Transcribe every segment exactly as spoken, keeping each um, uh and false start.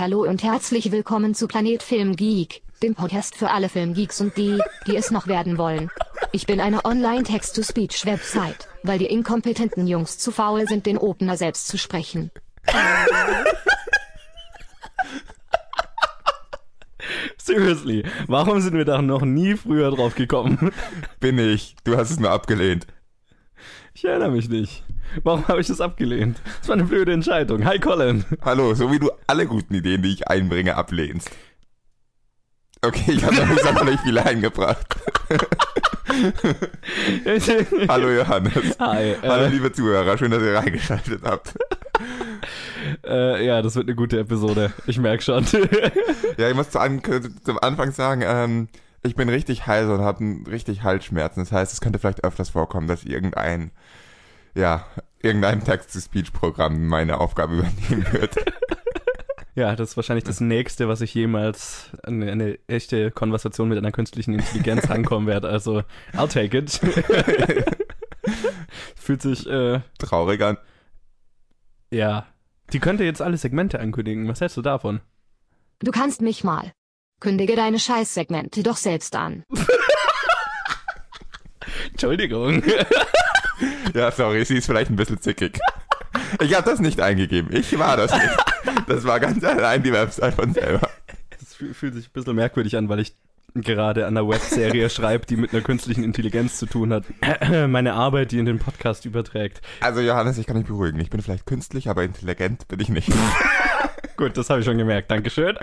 Hallo und herzlich willkommen zu Planet Film Geek, dem Podcast für alle Filmgeeks und die, die es noch werden wollen. Ich bin eine Online-Text-to-Speech-Website, weil die inkompetenten Jungs zu faul sind, den Opener selbst zu sprechen. Seriously, warum sind wir da noch nie früher drauf gekommen? Bin ich. Du hast es nur abgelehnt. Ich erinnere mich nicht. Warum habe ich das abgelehnt? Das war eine blöde Entscheidung. Hi Colin. Hallo, so wie du alle guten Ideen, die ich einbringe, ablehnst. Okay, ich habe noch nicht sonderlich viele eingebracht. Hallo Johannes. Hi. Hallo Äh, liebe Zuhörer, schön, dass ihr reingeschaltet habt. äh, ja, das wird eine gute Episode. Ich merke schon. Ja, ich muss zu an, zum Anfang sagen, ähm, ich bin richtig heiser und habe richtig Halsschmerzen. Das heißt, es könnte vielleicht öfters vorkommen, dass irgendein, ja, irgendein Text-to-Speech-Programm meine Aufgabe übernehmen wird. Ja, das ist wahrscheinlich das Nächste, was ich jemals an eine, eine echte Konversation mit einer künstlichen Intelligenz rankommen werde. Also, I'll take it. Fühlt sich, äh, Traurig an. ja. Die könnte jetzt alle Segmente ankündigen. Was hältst du davon? Du kannst mich mal. Kündige deine Scheißsegmente doch selbst an. Entschuldigung. Ja, sorry, sie ist vielleicht ein bisschen zickig. Ich habe das nicht eingegeben. Ich war das nicht. Das war ganz allein die Website von selber. Das fühlt, fühlt sich ein bisschen merkwürdig an, weil ich gerade an einer Webserie schreibe, die mit einer künstlichen Intelligenz zu tun hat. Meine Arbeit, die in den Podcast überträgt. Also Johannes, ich kann dich beruhigen. Ich bin vielleicht künstlich, aber intelligent bin ich nicht. Gut, das habe ich schon gemerkt. Dankeschön.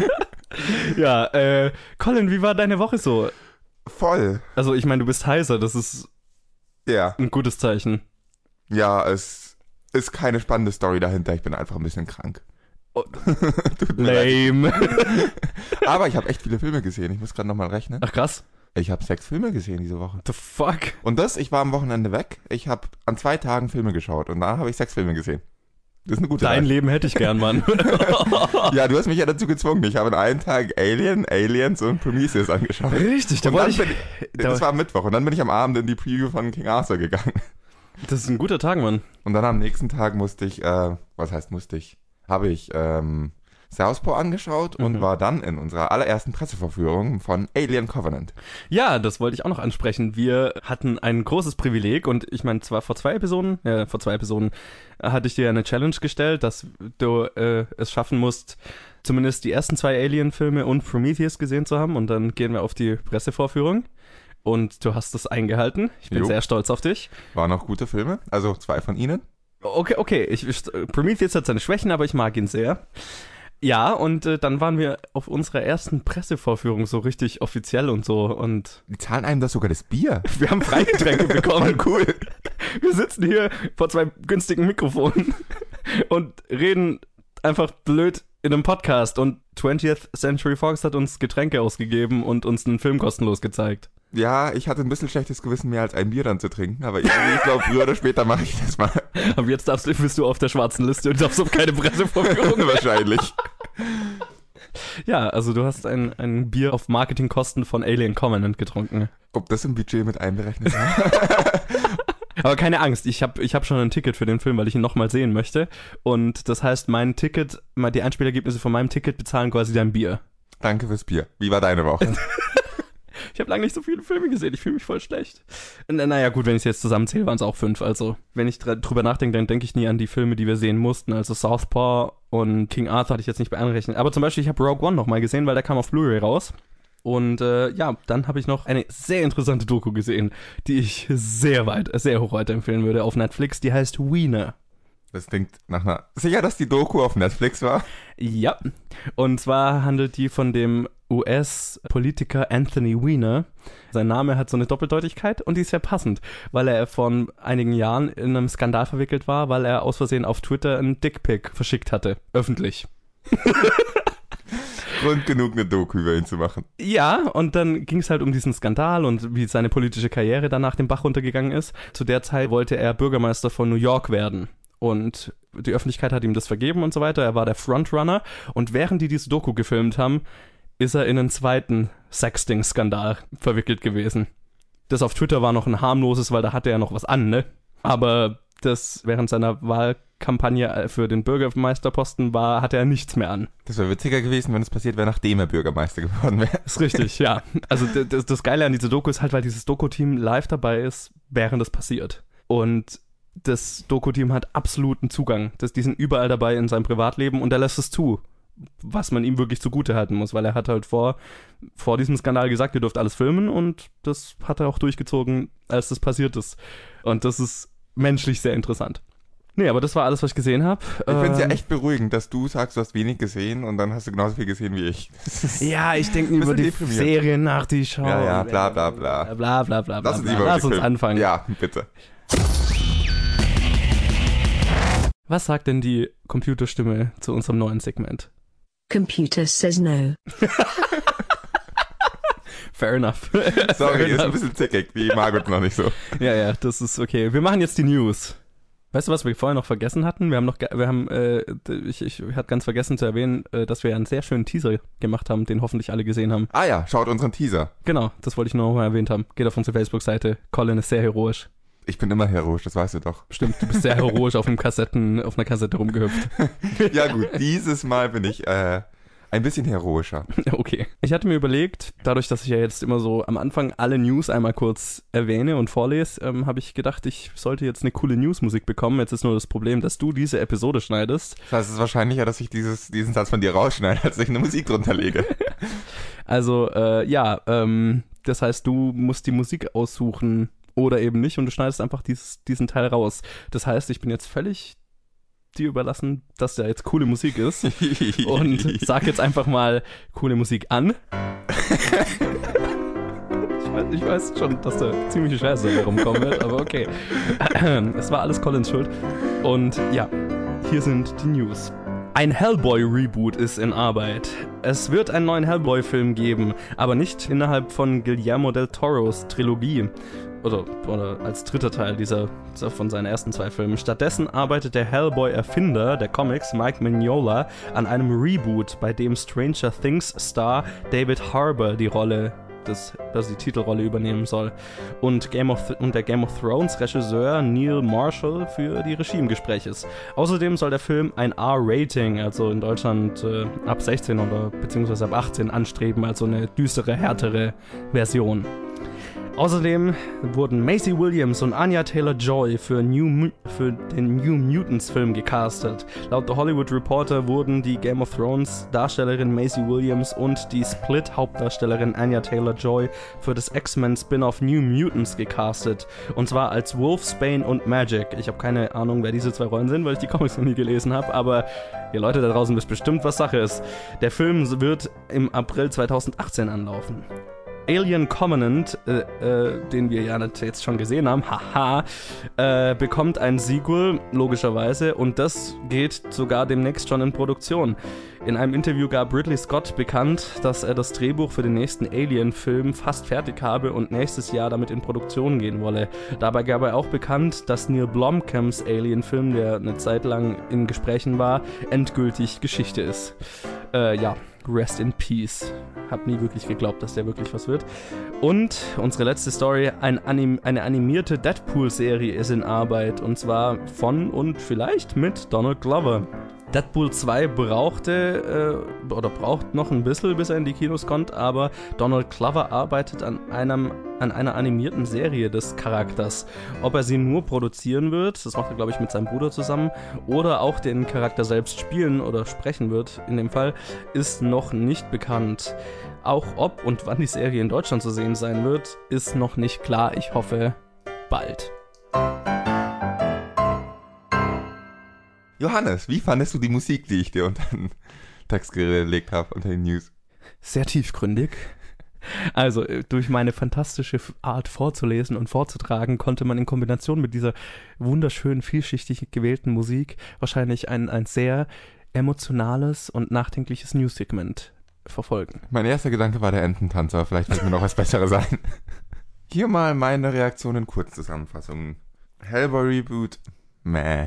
Ja, äh, Colin, wie war deine Woche so? Voll. Also ich meine, du bist heiser, das ist Ja. ein gutes Zeichen. Ja, es ist keine spannende Story dahinter. Ich bin einfach ein bisschen krank. Oh. Tut mir leid. Lame. Aber ich habe echt viele Filme gesehen. Ich muss gerade nochmal rechnen. Ach krass. Ich habe sechs Filme gesehen diese Woche. The fuck? Und das, ich war am Wochenende weg. Ich habe an zwei Tagen Filme geschaut und da habe ich sechs Filme gesehen. Das ist eine gute Dein Leistung. Leben hätte ich gern, Mann. Ja, du hast mich ja dazu gezwungen. Ich habe an einem Tag Alien, Aliens und Prometheus angeschaut. Richtig, da Und wollte dann ich... bin ich, da- das war am Mittwoch und dann bin ich am Abend in die Preview von King Arthur gegangen. Das ist ein guter Tag, Mann. Und dann am nächsten Tag musste ich, äh, was heißt musste ich, habe ich ähm, Southpaw angeschaut und Mhm. war dann in unserer allerersten Presseverführung von Alien Covenant. Ja, das wollte ich auch noch ansprechen. Wir hatten ein großes Privileg und ich meine, zwar vor zwei Episoden, ja, vor zwei Episoden äh, hatte ich dir eine Challenge gestellt, dass du äh, es schaffen musst, zumindest die ersten zwei Alien-Filme und Prometheus gesehen zu haben und dann gehen wir auf die Pressevorführung. Und du hast das eingehalten. Ich bin Jo. sehr stolz auf dich. Waren auch gute Filme, also zwei von ihnen. Okay, okay. Ich, ich, Prometheus hat seine Schwächen, aber ich mag ihn sehr. Ja, und äh, dann waren wir auf unserer ersten Pressevorführung so richtig offiziell und so. Und Die zahlen einem das sogar das Bier. wir haben Freigetränke bekommen. Cool. Wir sitzen hier vor zwei günstigen Mikrofonen und reden einfach blöd in einem Podcast. Und twentieth Century Fox hat uns Getränke ausgegeben und uns einen Film kostenlos gezeigt. Ja, ich hatte ein bisschen schlechtes Gewissen, mehr als ein Bier dann zu trinken, aber irgendwie, ich glaube, früher oder später mache ich das mal. Aber jetzt darfst, du- bist du auf der schwarzen Liste und darfst auf keine Pressevorführung. Wahrscheinlich. Ja, also du hast ein, ein Bier auf Marketingkosten von Alien Covenant getrunken. Ob das im Budget mit einberechnet war? Aber keine Angst, ich habe ich hab schon ein Ticket für den Film, weil ich ihn nochmal sehen möchte. Und das heißt, mein Ticket, mal die Einspielergebnisse von meinem Ticket bezahlen quasi dein Bier. Danke fürs Bier. Wie war deine Woche? Ich habe lange nicht so viele Filme gesehen, ich fühle mich voll schlecht. Na, naja gut, wenn ich es jetzt zusammenzähle, waren es auch fünf. Also wenn ich dr- drüber nachdenke, dann denke ich nie an die Filme, die wir sehen mussten. Also Southpaw und King Arthur hatte ich jetzt nicht beeinrechnet. Aber zum Beispiel, ich habe Rogue One nochmal gesehen, weil der kam auf Blu-ray raus. Und äh, ja, dann habe ich noch eine sehr interessante Doku gesehen, die ich sehr weit, sehr hoch weiterempfehlen würde auf Netflix. Die heißt Wiener. Das klingt nach einer... Sicher, dass die Doku auf Netflix war? Ja, und zwar handelt die von dem U S-Politiker Anthony Weiner. Sein Name hat so eine Doppeldeutigkeit und die ist sehr passend, weil er vor einigen Jahren in einem Skandal verwickelt war, weil er aus Versehen auf Twitter einen Dickpic verschickt hatte, öffentlich. Grund genug, eine Doku über ihn zu machen. Ja, und dann ging es halt um diesen Skandal und wie seine politische Karriere danach den Bach runtergegangen ist. Zu der Zeit wollte er Bürgermeister von New York werden. Und die Öffentlichkeit hat ihm das vergeben und so weiter. Er war der Frontrunner. Und während die diese Doku gefilmt haben, ist er in einen zweiten Sexting-Skandal verwickelt gewesen. Das auf Twitter war noch ein harmloses, weil da hatte er noch was an, ne? Aber das während seiner Wahlkampagne für den Bürgermeisterposten war, hatte er nichts mehr an. Das wäre witziger gewesen, wenn es passiert wäre, nachdem er Bürgermeister geworden wäre. Ist richtig, ja. Also das, das Geile an dieser Doku ist halt, weil dieses Doku-Team live dabei ist, während es passiert. Und das Doku-Team hat absoluten Zugang. Das, die sind überall dabei in seinem Privatleben und er lässt es zu, was man ihm wirklich zugute halten muss, weil er hat halt vor, vor diesem Skandal gesagt, ihr dürft alles filmen und das hat er auch durchgezogen, als das passiert ist. Und das ist menschlich sehr interessant. Nee, aber das war alles, was ich gesehen habe. Ich finde es ja echt beruhigend, dass du sagst, du hast wenig gesehen und dann hast du genauso viel gesehen wie ich. Ja, ich denke über die Serien nach, die ich schaue. Ja, ja, bla bla bla. Bla bla bla bla. Lass uns, bla. Lass uns anfangen. Ja, bitte. Was sagt denn die Computerstimme zu unserem neuen Segment? Computer says no. Fair enough. Sorry, Fair ist enough. ein bisschen zickig, wie Margot noch nicht so. Ja, ja, das ist okay. Wir machen jetzt die News. Weißt du, was wir vorher noch vergessen hatten? Wir haben noch, wir haben, äh, ich, ich hatte ganz vergessen zu erwähnen, äh, dass wir einen sehr schönen Teaser gemacht haben, den hoffentlich alle gesehen haben. Ah ja, schaut unseren Teaser. Genau, das wollte ich nur noch mal erwähnt haben. Geht auf unsere Facebook-Seite. Colin ist sehr heroisch. Ich bin immer heroisch, das weißt du doch. Stimmt, du bist sehr heroisch auf einem Kassetten, auf einer Kassette rumgehüpft. Ja gut, dieses Mal bin ich äh, ein bisschen heroischer. Okay. Ich hatte mir überlegt, dadurch, dass ich ja jetzt immer so am Anfang alle News einmal kurz erwähne und vorlese, ähm, habe ich gedacht, ich sollte jetzt eine coole Newsmusik bekommen. Jetzt ist nur das Problem, dass du diese Episode schneidest. Das heißt, es ist wahrscheinlicher, dass ich dieses, diesen Satz von dir rausschneide, als dass ich eine Musik drunter lege. Also, äh, ja, ähm, das heißt, du musst die Musik aussuchen oder eben nicht und du schneidest einfach dieses, diesen Teil raus. Das heißt, ich bin jetzt völlig dir überlassen, dass da jetzt coole Musik ist und sag jetzt einfach mal coole Musik an. ich, weiß, ich weiß schon, dass da ziemliche Scheiße herumkommen wird, aber okay. Es war alles Collins Schuld. Und ja, hier sind die News. Ein Hellboy-Reboot ist in Arbeit. Es wird einen neuen Hellboy-Film geben, aber nicht innerhalb von Guillermo del Toros Trilogie. Oder, oder als dritter Teil dieser, dieser von seinen ersten zwei Filmen. Stattdessen arbeitet der Hellboy-Erfinder der Comics, Mike Mignola, an einem Reboot, bei dem Stranger Things-Star David Harbour die Rolle, des, also die Titelrolle übernehmen soll. Und, Game of, und der Game of Thrones-Regisseur Neil Marshall für die Regie im Gespräch ist. Außerdem soll der Film ein R-Rating, also in Deutschland äh, ab sechzehn oder beziehungsweise ab achtzehn anstreben, also eine düstere, härtere Version. Außerdem wurden Maisie Williams und Anya Taylor-Joy für, New, für den New Mutants Film gecastet. Laut The Hollywood Reporter wurden die Game of Thrones Darstellerin Maisie Williams und die Split Hauptdarstellerin Anya Taylor-Joy für das X-Men Spin-off New Mutants gecastet. Und zwar als Wolfsbane und Magic. Ich habe keine Ahnung, wer diese zwei Rollen sind, weil ich die Comics noch nie gelesen habe, aber ihr Leute da draußen wisst bestimmt, was Sache ist. Der Film wird im April zweitausendachtzehn anlaufen. Alien Covenant, äh, äh, den wir ja jetzt schon gesehen haben, haha, äh, bekommt ein Sequel, logischerweise, und das geht sogar demnächst schon in Produktion. In einem Interview gab Ridley Scott bekannt, dass er das Drehbuch für den nächsten Alien-Film fast fertig habe und nächstes Jahr damit in Produktion gehen wolle. Dabei gab er auch bekannt, dass Neil Blomkamps Alien-Film, der eine Zeit lang in Gesprächen war, endgültig Geschichte ist. Äh, ja. Rest in Peace. Hab nie wirklich geglaubt, dass der wirklich was wird. Und unsere letzte Story, ein Anim- eine animierte Deadpool-Serie ist in Arbeit. Und zwar von und vielleicht mit Donald Glover. Deadpool zwei brauchte äh, oder braucht noch ein bisschen, bis er in die Kinos kommt, aber Donald Glover arbeitet an einem an einer animierten Serie des Charakters. Ob er sie nur produzieren wird, das macht er, glaube ich, mit seinem Bruder zusammen, oder auch den Charakter selbst spielen oder sprechen wird, in dem Fall, ist noch nicht bekannt. Auch ob und wann die Serie in Deutschland zu sehen sein wird, ist noch nicht klar. Ich hoffe, bald. Johannes, wie fandest du die Musik, die ich dir unter den Text gelegt habe, unter den News? Sehr tiefgründig. Also, durch meine fantastische Art vorzulesen und vorzutragen, konnte man in Kombination mit dieser wunderschönen, vielschichtig gewählten Musik wahrscheinlich ein, ein sehr emotionales und nachdenkliches News-Segment verfolgen. Mein erster Gedanke war der Ententanz, aber vielleicht wird mir noch was Besseres sein. Hier mal meine Reaktion in Kurzzusammenfassung. Hellboy Reboot, meh.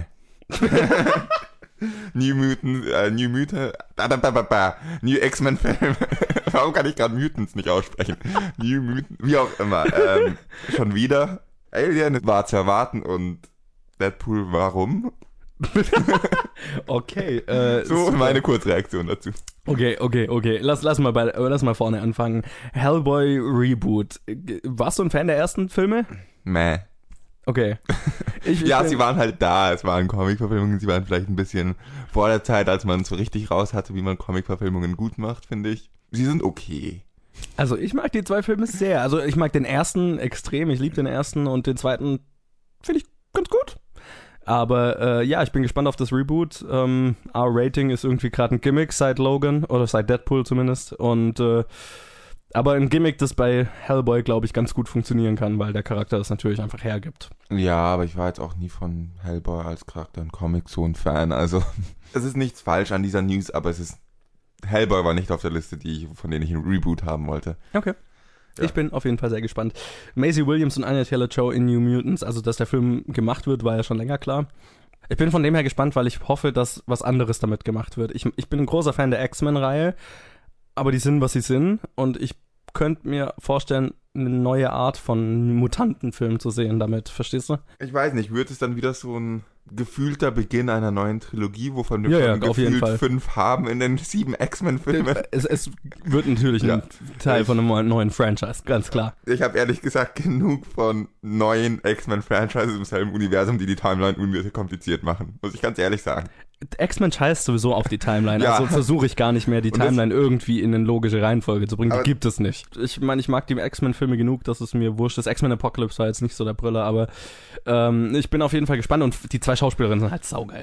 New Mutant, äh, New Mutant, da, da, da, da, da. New X-Men-Film. Warum kann ich gerade Mutants nicht aussprechen? New Mutant, wie auch immer. Ähm, schon wieder. Alien war zu erwarten und Deadpool, warum? Okay. Äh, so super. meine Kurzreaktion dazu. Okay, okay, okay. Lass, lass, mal bei, lass mal vorne anfangen. Hellboy Reboot. Warst du ein Fan der ersten Filme? Meh. Okay. Ich, ich ja, bin, sie waren halt da. Es waren Comic-Verfilmungen. Sie waren vielleicht ein bisschen vor der Zeit, als man so richtig raus hatte, wie man Comic-Verfilmungen gut macht, finde ich. Sie sind okay. Also ich mag die zwei Filme sehr. Also ich mag den ersten extrem. Ich liebe den ersten und den zweiten finde ich ganz gut. Aber äh, ja, ich bin gespannt auf das Reboot. Ähm, R-Rating ist irgendwie gerade ein Gimmick seit Logan oder seit Deadpool zumindest. Und äh, aber ein Gimmick, das bei Hellboy, glaube ich, ganz gut funktionieren kann, weil der Charakter das natürlich einfach hergibt. Ja, aber ich war jetzt auch nie von Hellboy als Charakter in Comics so ein Fan. Also es ist nichts falsch an dieser News, aber es ist Hellboy war nicht auf der Liste, die ich, von denen ich ein Reboot haben wollte. Okay. Ja. Ich bin auf jeden Fall sehr gespannt. Maisie Williams und Anya Taylor-Joy in New Mutants, also dass der Film gemacht wird, war ja schon länger klar. Ich bin von dem her gespannt, weil ich hoffe, dass was anderes damit gemacht wird. Ich, ich bin ein großer Fan der X-Men-Reihe, aber die sind, was sie sind. Und ich könnte mir vorstellen, eine neue Art von Mutantenfilm zu sehen damit. Verstehst du? Ich weiß nicht, wird es dann wieder so ein gefühlter Beginn einer neuen Trilogie, wovon wir Ja, schon ja, auf jeden gefühlt Fall. fünf haben in den sieben X-Men-Filmen? Es, es wird natürlich Ja. ein Teil von einem neuen Franchise, ganz klar. Ich habe ehrlich gesagt genug von neuen X-Men-Franchises im selben Universum, die die Timeline unnötig kompliziert machen. Muss ich ganz ehrlich sagen. X-Men scheißt sowieso auf die Timeline, Ja. also versuche ich gar nicht mehr, die Und das- Timeline irgendwie in eine logische Reihenfolge zu bringen. Die Aber- gibt es nicht. Ich meine, ich mag die X-Men-Filme genug, dass es mir wurscht ist. X-Men Apocalypse war jetzt nicht so der Brille, aber ähm, ich bin auf jeden Fall gespannt und die zwei Schauspielerinnen sind halt saugeil.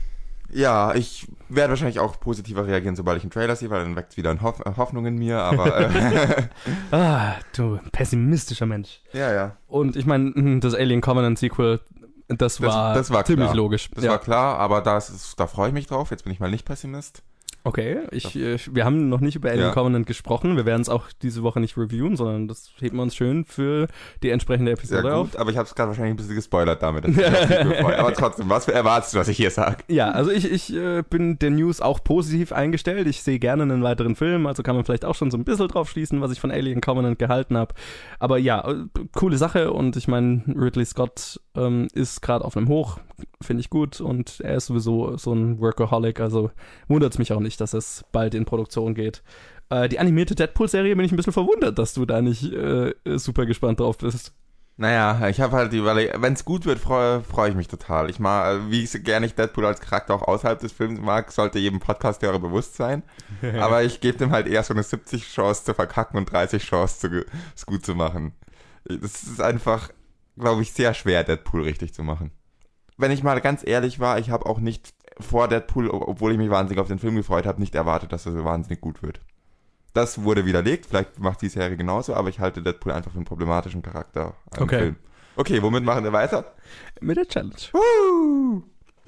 Ja, ich werde wahrscheinlich auch positiver reagieren, sobald ich einen Trailer sehe, weil dann weckt es wieder eine Hoff Hoffnung in mir, aber äh, Ah, du pessimistischer Mensch. ja, ja. Und ich meine, das Alien Covenant Sequel, das war, das war ziemlich klar. logisch. Das ja. war klar, aber das ist, da freue ich mich drauf. Jetzt bin ich mal nicht Pessimist. Okay, ich, ich, wir haben noch nicht über Alien Ja. Covenant gesprochen. Wir werden es auch diese Woche nicht reviewen, sondern das heben wir uns schön für die entsprechende Sehr Episode auf. gut, aber ich habe es gerade wahrscheinlich ein bisschen gespoilert damit. Dass ich mich auf die freue. Aber trotzdem, was erwartest du, was ich hier sage? Ja, also ich, ich äh, bin der News auch positiv eingestellt. Ich sehe gerne einen weiteren Film, also kann man vielleicht auch schon so ein bisschen drauf schließen, was ich von Alien Covenant gehalten habe. Aber ja, äh, coole Sache und ich meine, Ridley Scott ähm, ist gerade auf einem Hoch, finde ich gut und er ist sowieso so ein Workaholic, also wundert es mich auch nicht, dass es bald in Produktion geht. Äh, die animierte Deadpool-Serie bin ich ein bisschen verwundert, dass du da nicht äh, super gespannt drauf bist. Naja, ich habe halt die Überlegung, wenn es gut wird, freue freu ich mich total. Ich mag, wie ich gerne ich Deadpool als Charakter auch außerhalb des Films mag, sollte jedem Podcast-Hörer bewusst sein. Aber ich gebe dem halt eher so eine siebzig Chance zu verkacken und dreißig Chance zu, es gut zu machen. Das ist einfach, glaube ich, sehr schwer, Deadpool richtig zu machen. Wenn ich mal ganz ehrlich war, ich habe auch nicht vor Deadpool, obwohl ich mich wahnsinnig auf den Film gefreut habe, nicht erwartet, dass er so wahnsinnig gut wird. Das wurde widerlegt, vielleicht macht die Serie genauso, aber ich halte Deadpool einfach für einen problematischen Charakter im Okay. Film. Okay, womit machen wir weiter? Mit der Challenge. Woo!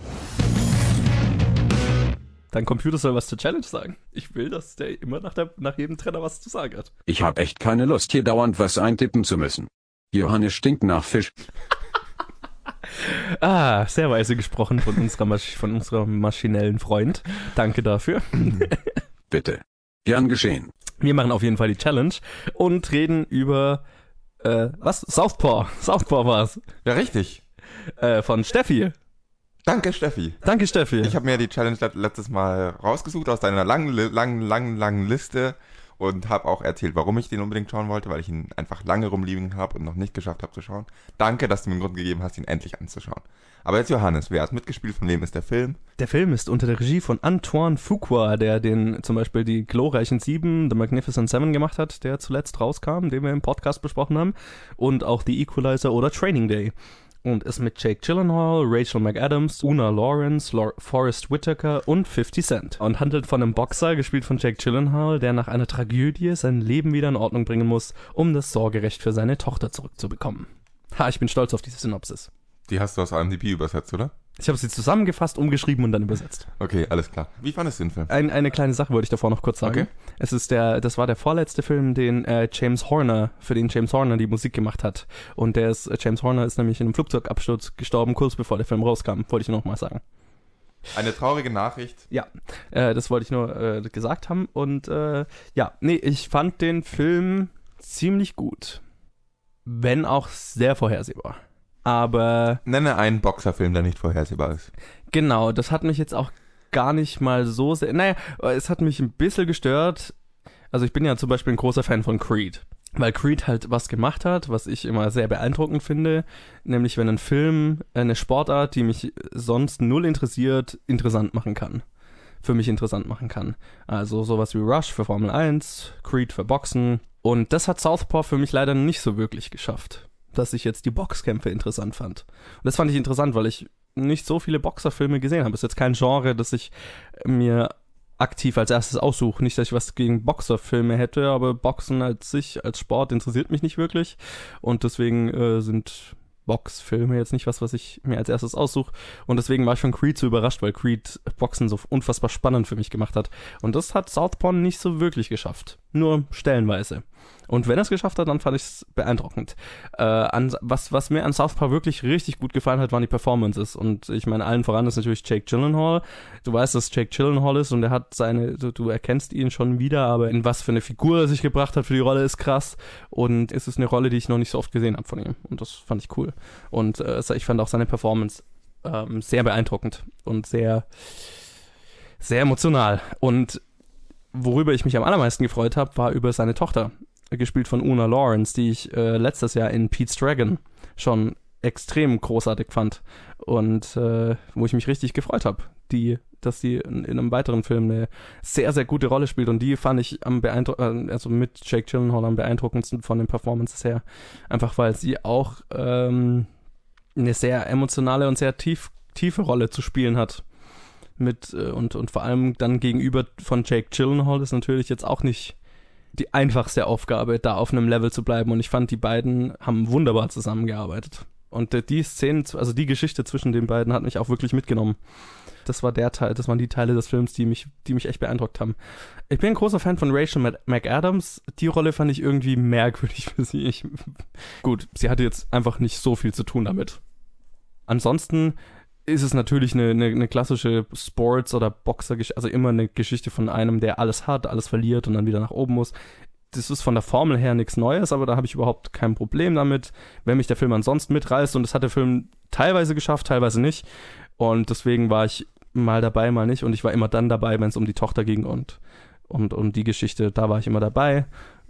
Dein Computer soll was zur Challenge sagen. Ich will, dass der immer nach, der, nach jedem Trenner was zu sagen hat. Ich hab echt keine Lust, hier dauernd was eintippen zu müssen. Johannes stinkt nach Fisch. Ah, sehr weise gesprochen von unserer Masch- von unserem maschinellen Freund. Danke dafür. Bitte. Gern geschehen. Wir machen auf jeden Fall die Challenge und reden über, äh, was? Southpaw. Southpaw war's. Ja, richtig. Äh, von Steffi. Danke, Steffi. Danke, Steffi. Ich habe mir die Challenge let- letztes Mal rausgesucht aus deiner langen, li- langen, langen, langen Liste und habe auch erzählt, warum ich den unbedingt schauen wollte, weil ich ihn einfach lange rumliegen habe und noch nicht geschafft habe zu schauen. Danke, dass du mir einen Grund gegeben hast, ihn endlich anzuschauen. Aber jetzt Johannes, wer hat mitgespielt, von wem ist der Film? Der Film ist unter der Regie von Antoine Fuqua, der den zum Beispiel die glorreichen Sieben, The Magnificent Seven gemacht hat, der zuletzt rauskam, den wir im Podcast besprochen haben, und auch The Equalizer oder Training Day. Und ist mit Jake Gyllenhaal, Rachel McAdams, Una Lawrence, Lor- Forrest Whitaker und fifty Cent. Und handelt von einem Boxer, gespielt von Jake Gyllenhaal, der nach einer Tragödie sein Leben wieder in Ordnung bringen muss, um das Sorgerecht für seine Tochter zurückzubekommen. Ha, ich bin stolz auf diese Synopsis. Die hast du aus I M D B übersetzt, oder? Ich habe sie zusammengefasst, umgeschrieben und dann übersetzt. Okay, alles klar. Wie fandest du den Film? Ein, eine kleine Sache wollte ich davor noch kurz sagen. Okay. Es ist der, das war der vorletzte Film, den äh, James Horner, für den James Horner die Musik gemacht hat. Und der ist, äh, James Horner ist nämlich in einem Flugzeugabsturz gestorben, kurz bevor der Film rauskam. Wollte ich nur noch mal sagen. Eine traurige Nachricht. Ja, äh, das wollte ich nur äh, gesagt haben. Und äh, ja, nee, ich fand den Film ziemlich gut. Wenn auch sehr vorhersehbar. Aber Nenne einen Boxerfilm, der nicht vorhersehbar ist. genau, das hat mich jetzt auch gar nicht mal so sehr, naja, es hat mich ein bisschen gestört. Also ich bin ja zum Beispiel ein großer Fan von Creed. Weil Creed halt was gemacht hat, was ich immer sehr beeindruckend finde, nämlich wenn ein Film eine Sportart, die mich sonst null interessiert, interessant machen kann. Für mich interessant machen kann. Also sowas wie Rush für Formel eins, Creed für Boxen. Und das hat Southpaw für mich leider nicht so wirklich geschafft, dass ich jetzt die Boxkämpfe interessant fand. Und das fand ich interessant, weil ich nicht so viele Boxerfilme gesehen habe. Das ist jetzt kein Genre, das ich mir aktiv als erstes aussuche. Nicht, dass ich was gegen Boxerfilme hätte, aber Boxen als sich, als Sport interessiert mich nicht wirklich. Und deswegen äh, sind Boxfilme jetzt nicht was, was ich mir als erstes aussuche. Und deswegen war ich von Creed so überrascht, weil Creed Boxen so unfassbar spannend für mich gemacht hat. Und das hat Southpaw nicht so wirklich geschafft. Nur stellenweise. Und wenn er es geschafft hat, dann fand ich es beeindruckend. Äh, an, was, was mir an Southpaw wirklich richtig gut gefallen hat, waren die Performances. Und ich meine, allen voran ist natürlich Jake Gyllenhaal. Du weißt, dass Jake Gyllenhaal ist und er hat seine, du, du erkennst ihn schon wieder, aber in was für eine Figur er sich gebracht hat für die Rolle ist krass. Und es ist eine Rolle, die ich noch nicht so oft gesehen habe von ihm. Und das fand ich cool. Und äh, ich fand auch seine Performance ähm, sehr beeindruckend und sehr, sehr emotional. Und worüber ich mich am allermeisten gefreut habe, war über seine Tochter, gespielt von Una Lawrence, die ich äh, letztes Jahr in Pete's Dragon schon extrem großartig fand und äh, wo ich mich richtig gefreut habe, die, dass sie in, in einem weiteren Film eine sehr, sehr gute Rolle spielt und die fand ich am beeindruckendsten, also mit Jake Gyllenhaal am beeindruckendsten von den Performances her, einfach weil sie auch ähm, eine sehr emotionale und sehr tief, tiefe Rolle zu spielen hat. Mit äh, und, und vor allem dann gegenüber von Jake Gyllenhaal ist natürlich jetzt auch nicht die einfachste Aufgabe, da auf einem Level zu bleiben. Und ich fand, die beiden haben wunderbar zusammengearbeitet. Und äh, die Szene, also die Geschichte zwischen den beiden hat mich auch wirklich mitgenommen. Das war der Teil, das waren die Teile des Films, die mich, die mich echt beeindruckt haben. Ich bin ein großer Fan von Rachel McAdams. Die Rolle fand ich irgendwie merkwürdig für sie. Ich, gut, sie hatte jetzt einfach nicht so viel zu tun damit. Ansonsten ist es natürlich eine, eine, eine klassische Sports- oder Boxer-Geschichte, also immer eine Geschichte von einem, der alles hat, alles verliert und dann wieder nach oben muss. Das ist von der Formel her nichts Neues, aber da habe ich überhaupt kein Problem damit, wenn mich der Film ansonsten mitreißt. Und das hat der Film teilweise geschafft, teilweise nicht. Und deswegen war ich mal dabei, mal nicht. Und ich war immer dann dabei, wenn es um die Tochter ging und, und um die Geschichte, da war ich immer dabei.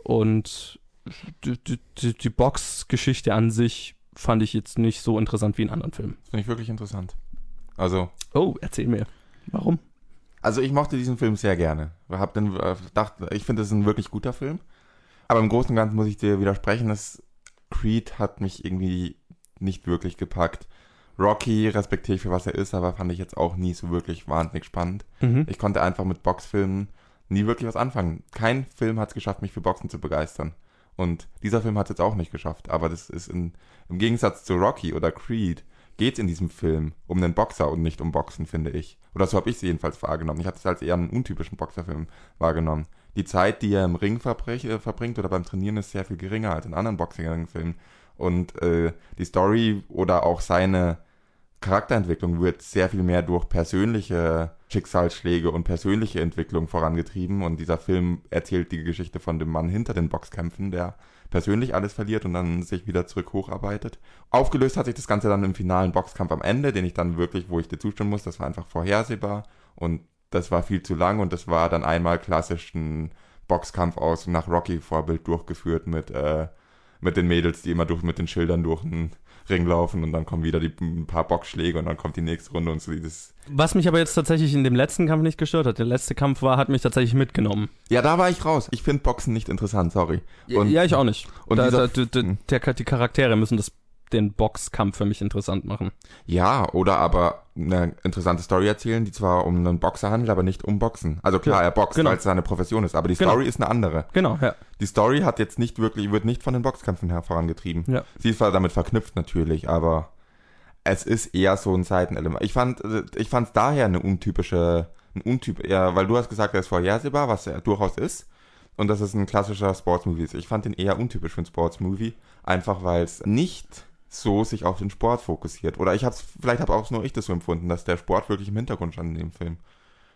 Und die, die, die Box-Geschichte an sich fand ich jetzt nicht so interessant wie in anderen Filmen. Das finde ich wirklich interessant. Also. Oh, erzähl mir. Warum? Also ich mochte diesen Film sehr gerne. Hab dann äh, gedacht, ich finde, es ist ein wirklich guter Film. Aber im Großen und Ganzen muss ich dir widersprechen, dass Creed hat mich irgendwie nicht wirklich gepackt. Rocky respektiere ich für was er ist, aber fand ich jetzt auch nie so wirklich wahnsinnig spannend. Mhm. Ich konnte einfach mit Boxfilmen nie wirklich was anfangen. Kein Film hat es geschafft, mich für Boxen zu begeistern. Und dieser Film hat es jetzt auch nicht geschafft. Aber das ist in, im Gegensatz zu Rocky oder Creed geht es in diesem Film um einen Boxer und nicht um Boxen, finde ich. Oder so habe ich es jedenfalls wahrgenommen. Ich hatte es als eher einen untypischen Boxerfilm wahrgenommen. Die Zeit, die er im Ring verbrech, äh, verbringt oder beim Trainieren, ist sehr viel geringer als in anderen Boxing-Filmen. Und äh, die Story oder auch seine Charakterentwicklung wird sehr viel mehr durch persönliche Schicksalsschläge und persönliche Entwicklung vorangetrieben. Und dieser Film erzählt die Geschichte von dem Mann hinter den Boxkämpfen, der persönlich alles verliert und dann sich wieder zurück hocharbeitet. Aufgelöst hat sich das Ganze dann im finalen Boxkampf am Ende, den ich dann wirklich, wo ich dir zustimmen muss, das war einfach vorhersehbar und das war viel zu lang und das war dann einmal klassisch ein Boxkampf aus nach Rocky-Vorbild durchgeführt mit, äh, mit den Mädels, die immer durch mit den Schildern durch den Ring laufen und dann kommen wieder die, ein paar Boxschläge und dann kommt die nächste Runde und so dieses. Was mich aber jetzt tatsächlich in dem letzten Kampf nicht gestört hat, der letzte Kampf war, hat mich tatsächlich mitgenommen. Ja, da war ich raus. Ich finde Boxen nicht interessant, sorry. Und, ja, ich auch nicht. Und da, dieser, da, da, der, die Charaktere müssen das, den Boxkampf für mich interessant machen. Ja, oder aber eine interessante Story erzählen, die zwar um einen Boxer handelt, aber nicht um Boxen. Also klar, ja, er boxt, genau, weil es seine Profession ist, aber die Story genau. ist eine andere. Genau, ja. Die Story hat jetzt nicht wirklich, wird nicht von den Boxkämpfen her vorangetrieben. Ja. Sie ist zwar damit verknüpft natürlich, aber es ist eher so ein Seitenelement. Ich fand, ich fand es daher eine untypische, ein Untyp, ja, weil du hast gesagt, er ist vorhersehbar, was er durchaus ist. Und dass es ein klassischer Sportsmovie ist. Ich fand den eher untypisch für ein Sportsmovie, einfach weil es nicht so sich auf den Sport fokussiert. Oder ich hab's, vielleicht habe auch nur ich das so empfunden, dass der Sport wirklich im Hintergrund stand in dem Film.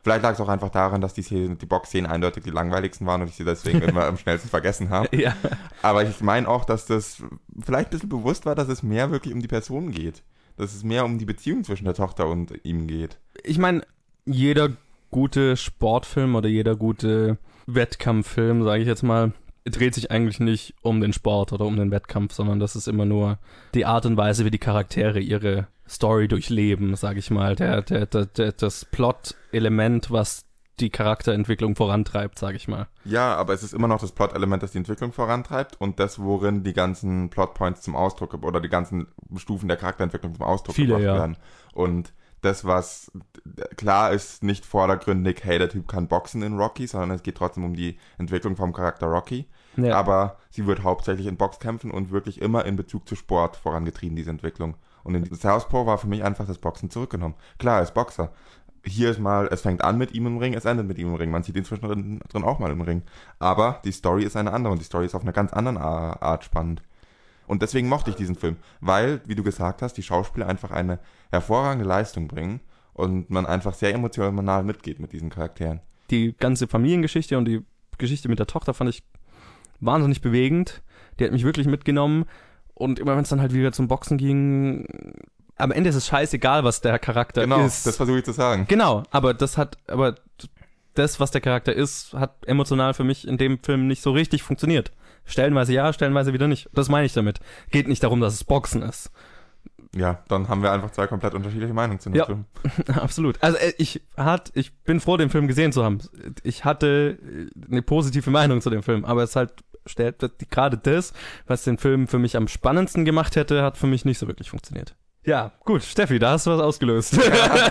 Vielleicht lag es auch einfach daran, dass die, Szene, die Boxszenen eindeutig die langweiligsten waren und ich sie deswegen immer am schnellsten vergessen habe. Ja. Aber ich meine auch, dass das vielleicht ein bisschen bewusst war, dass es mehr wirklich um die Person geht. Dass es mehr um die Beziehung zwischen der Tochter und ihm geht. Ich meine, jeder gute Sportfilm oder jeder gute Wettkampffilm, sage ich jetzt mal, dreht sich eigentlich nicht um den Sport oder um den Wettkampf, sondern das ist immer nur die Art und Weise, wie die Charaktere ihre Story durchleben, sage ich mal. Der, der, der, der, das Plot-Element, was die Charakterentwicklung vorantreibt, sage ich mal. Ja, aber es ist immer noch das Plot-Element, das die Entwicklung vorantreibt und das, worin die ganzen Plotpoints zum Ausdruck oder die ganzen Stufen der Charakterentwicklung zum Ausdruck Viele, gebracht ja. werden. Und das, was klar ist, nicht vordergründig, hey, der Typ kann boxen in Rocky, sondern es geht trotzdem um die Entwicklung vom Charakter Rocky. Ja. Aber sie wird hauptsächlich in Boxkämpfen und wirklich immer in Bezug zu Sport vorangetrieben, diese Entwicklung. Und in Southpaw war für mich einfach das Boxen zurückgenommen. Klar, er ist Boxer. Hier ist mal, es fängt an mit ihm im Ring, es endet mit ihm im Ring. Man sieht ihn zwischendrin drin auch mal im Ring. Aber die Story ist eine andere und die Story ist auf einer ganz anderen Art spannend. Und deswegen mochte ich diesen Film, weil, wie du gesagt hast, die Schauspieler einfach eine hervorragende Leistung bringen und man einfach sehr emotional mitgeht mit diesen Charakteren. Die ganze Familiengeschichte und die Geschichte mit der Tochter fand ich wahnsinnig bewegend. Die hat mich wirklich mitgenommen. Und immer wenn es dann halt wieder zum Boxen ging, am Ende ist es scheißegal, was der Charakter genau, ist. Genau, das versuche ich zu sagen. Genau, aber das hat, aber das, was der Charakter ist, hat emotional für mich in dem Film nicht so richtig funktioniert. Stellenweise ja, stellenweise wieder nicht. Das meine ich damit. Geht nicht darum, dass es Boxen ist. Ja, dann haben wir einfach zwei komplett unterschiedliche Meinungen zu dem ja, Film. Absolut. Also ich hat, ich bin froh, den Film gesehen zu haben. Ich hatte eine positive Meinung zu dem Film, aber es halt stellt gerade das, was den Film für mich am spannendsten gemacht hätte, hat für mich nicht so wirklich funktioniert. Ja, gut, Steffi, da hast du was ausgelöst. Ja.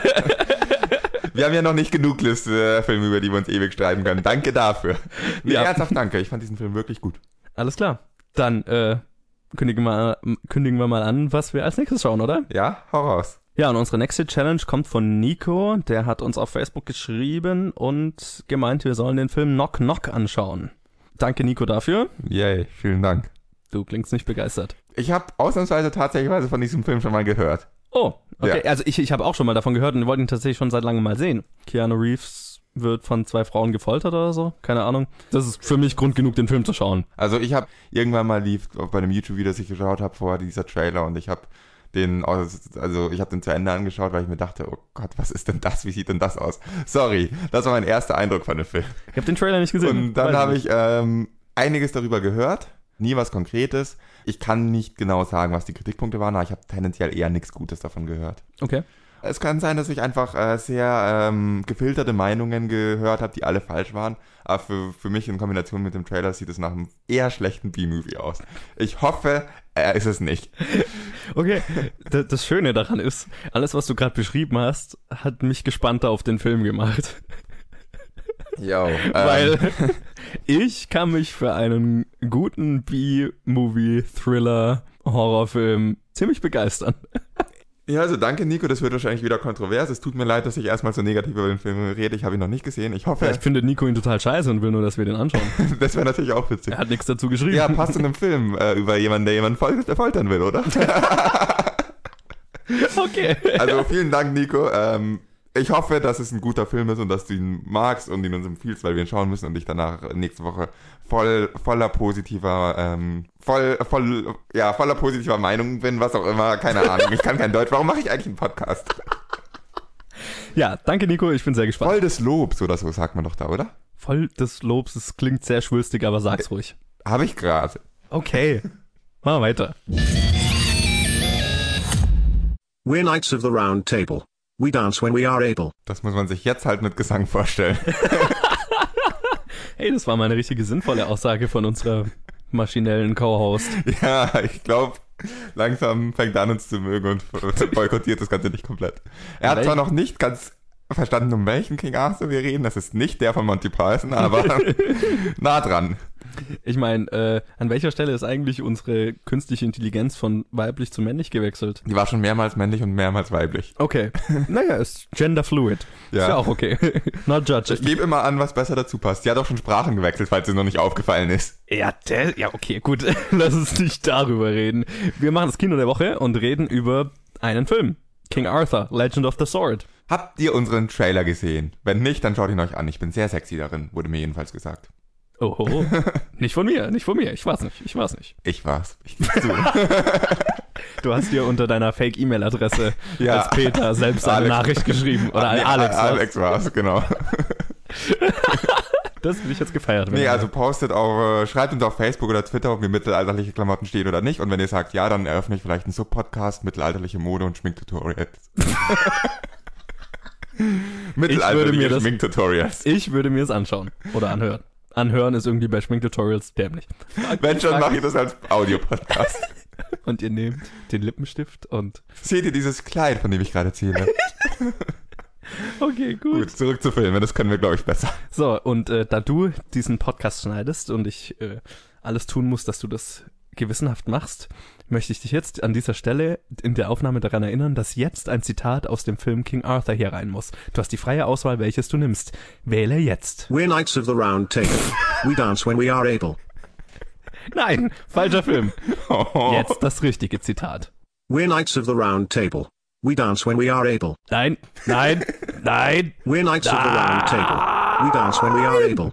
Wir haben ja noch nicht genug Liste Filme, über die wir uns ewig streiten können. Danke dafür. Nee, ja. Ernsthaft danke. Ich fand diesen Film wirklich gut. Alles klar. Dann äh, kündigen, wir, kündigen wir mal an, was wir als nächstes schauen, oder? Ja, hau raus. Ja, und unsere nächste Challenge kommt von Nico. Der hat uns auf Facebook geschrieben und gemeint, wir sollen den Film Knock Knock anschauen. Danke, Nico, dafür. Yay, vielen Dank. Du klingst nicht begeistert. Ich habe ausnahmsweise tatsächlich von diesem Film schon mal gehört. Oh, okay. Ja. Also ich, ich habe auch schon mal davon gehört und wollte ihn tatsächlich schon seit langem mal sehen. Keanu Reeves wird von zwei Frauen gefoltert oder so. Keine Ahnung. Das ist für mich Grund genug, den Film zu schauen. Also ich habe irgendwann mal lief bei einem YouTube-Video, das ich geschaut habe, vorher dieser Trailer und ich habe den, also ich habe den zu Ende angeschaut, weil ich mir dachte, oh Gott, was ist denn das? Wie sieht denn das aus? Sorry, das war mein erster Eindruck von dem Film. Ich habe den Trailer nicht gesehen. Und dann habe ich ähm, einiges darüber gehört, nie was Konkretes. Ich kann nicht genau sagen, was die Kritikpunkte waren, aber ich habe tendenziell eher nichts Gutes davon gehört. Okay. Es kann sein, dass ich einfach äh, sehr ähm, gefilterte Meinungen gehört habe, die alle falsch waren. Aber für, für mich in Kombination mit dem Trailer sieht es nach einem eher schlechten B-Movie aus. Ich hoffe, er ist es nicht. Okay, D- das Schöne daran ist, alles, was du gerade beschrieben hast, hat mich gespannter auf den Film gemacht. Yo, ähm. Weil ich kann mich für einen guten B-Movie, Thriller, Horrorfilm ziemlich begeistern. Ja, also danke Nico, das wird wahrscheinlich wieder kontrovers. Es tut mir leid, dass ich erstmal so negativ über den Film rede. Ich habe ihn noch nicht gesehen. Ich hoffe... Vielleicht findet Nico ihn total scheiße und will nur, dass wir den anschauen. Das wäre natürlich auch witzig. Er hat nichts dazu geschrieben. Ja, passt in einem Film äh, über jemanden, der jemanden fol- der foltern will, oder? Okay. Also vielen Dank, Nico. Ähm, ich hoffe, dass es ein guter Film ist und dass du ihn magst und ihn uns empfiehlst, weil wir ihn schauen müssen und ich danach nächste Woche voll voller positiver, ähm, voll, voll, ja, voller positiver Meinung bin, was auch immer, keine Ahnung. Ich kann kein Deutsch. Warum mache ich eigentlich einen Podcast? Ja, danke Nico, ich bin sehr gespannt. Voll des Lobs oder so sagt man doch da, oder? Voll des Lobs, es klingt sehr schwülstig, aber sag's ruhig. Habe ich gerade. Okay, machen wir weiter. We're Knights of the Round Table. We dance when we are able. Das muss man sich jetzt halt mit Gesang vorstellen. Hey, das war mal eine richtige sinnvolle Aussage von unserer maschinellen Co-Host. Ja, ich glaube, langsam fängt er an, uns zu mögen und boykottiert das Ganze nicht komplett. Er hat Welch- zwar noch nicht ganz verstanden, um welchen King Arthur wir reden. Das ist nicht der von Monty Python, aber nah dran. Ich meine, äh, an welcher Stelle ist eigentlich unsere künstliche Intelligenz von weiblich zu männlich gewechselt? Die war schon mehrmals männlich und mehrmals weiblich. Okay. Naja, ist genderfluid. Ja. Ist ja auch okay. Not judge. Ich gebe immer an, was besser dazu passt. Die hat auch schon Sprachen gewechselt, falls es noch nicht aufgefallen ist. Ja, der, ja, okay, gut. Lass uns nicht darüber reden. Wir machen das Kino der Woche und reden über einen Film. King Arthur, Legend of the Sword. Habt ihr unseren Trailer gesehen? Wenn nicht, dann schaut ihn euch an. Ich bin sehr sexy darin, wurde mir jedenfalls gesagt. Oho. Nicht von mir, nicht von mir. Ich war's nicht, ich war's nicht. Ich war's. Ich gib's zu. Du hast dir unter deiner Fake-E-Mail-Adresse Ja. als Peter selbst eine Alex. Nachricht geschrieben. Oder nee, Alex. was? Alex war's, genau. Das will ich jetzt gefeiert werden. Nee, also postet auf, äh, schreibt uns auf Facebook oder Twitter, ob mir mittelalterliche Klamotten stehen oder nicht. Und wenn ihr sagt ja, dann eröffne ich vielleicht einen Sub-Podcast, mittelalterliche Mode und Schminktutorials. mittelalterliche das- Schminktutorials. Ich würde mir es anschauen oder anhören. Anhören ist irgendwie bei Schminktutorials dämlich. Wenn schon, mache ich das als Audio-Podcast. Und ihr nehmt den Lippenstift und... Seht ihr dieses Kleid, von dem ich gerade erzähle? Okay, gut. Gut, zurück zu Filmen, das können wir, glaube ich, besser. So, und äh, da du diesen Podcast schneidest und ich äh, alles tun muss, dass du das gewissenhaft machst, möchte ich dich jetzt an dieser Stelle in der Aufnahme daran erinnern, dass jetzt ein Zitat aus dem Film King Arthur hier rein muss. Du hast die freie Auswahl, welches du nimmst. Wähle jetzt. We're Knights of the Round Table. We dance when we are able. Nein, falscher Film. Oh. Jetzt das richtige Zitat. We're Knights of the Round Table. We dance when we are able. Nein, nein, nein. We're Knights of the Round Table. We dance when we are able.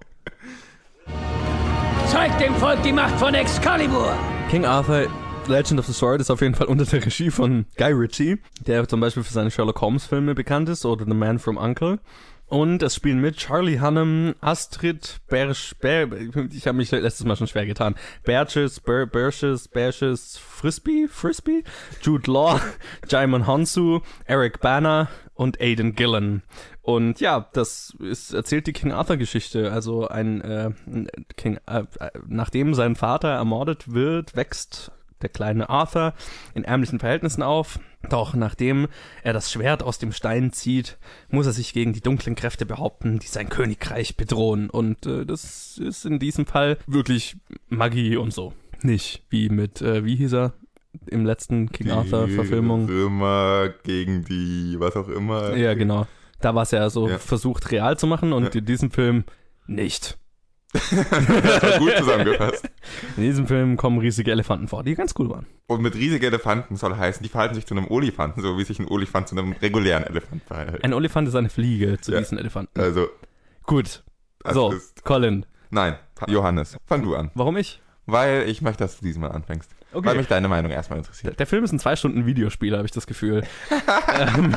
Zeigt dem Volk die Macht von Excalibur! King Arthur, Legend of the Sword ist auf jeden Fall unter der Regie von Guy Ritchie, der zum Beispiel für seine Sherlock Holmes Filme bekannt ist, oder The Man from U N C L E. Und es spielen mit Charlie Hunnam, Astrid Bersch, Ber, ich habe mich letztes Mal schon schwer getan, Berches, Ber, Berches, Berches, Frisbee, Frisbee, Jude Law, Jaimon Honsu, Eric Bana und Aidan Gillen. Und ja, das ist, erzählt die King Arthur Geschichte. Also ein äh, King, äh, nachdem sein Vater ermordet wird, wächst der kleine Arthur in ärmlichen Verhältnissen auf. Doch nachdem er das Schwert aus dem Stein zieht, muss er sich gegen die dunklen Kräfte behaupten, die sein Königreich bedrohen. Und äh, das ist in diesem Fall wirklich Magie und so. Nicht wie mit, äh, wie hieß er? Im letzten King Arthur-Verfilmung. Römer gegen die, was auch immer. Ja, genau. Da war es ja so Ja. versucht, real zu machen und Ja. in diesem Film nicht. Das war gut zusammengefasst. In diesem Film kommen riesige Elefanten vor, die ganz cool waren. Und mit riesigen Elefanten soll heißen, die verhalten sich zu einem Olifanten, so wie sich ein Olifant zu einem regulären Elefant verhält. Ein Olifant ist eine Fliege zu Ja. diesen Elefanten. Also, Gut. das So, ist, Colin, nein, Johannes, fang du an. warum ich? Weil ich möchte, dass du diesmal anfängst. Okay. Weil mich deine Meinung erstmal interessiert. Der Film ist ein zwei Stunden Videospiel, habe ich das Gefühl. ähm,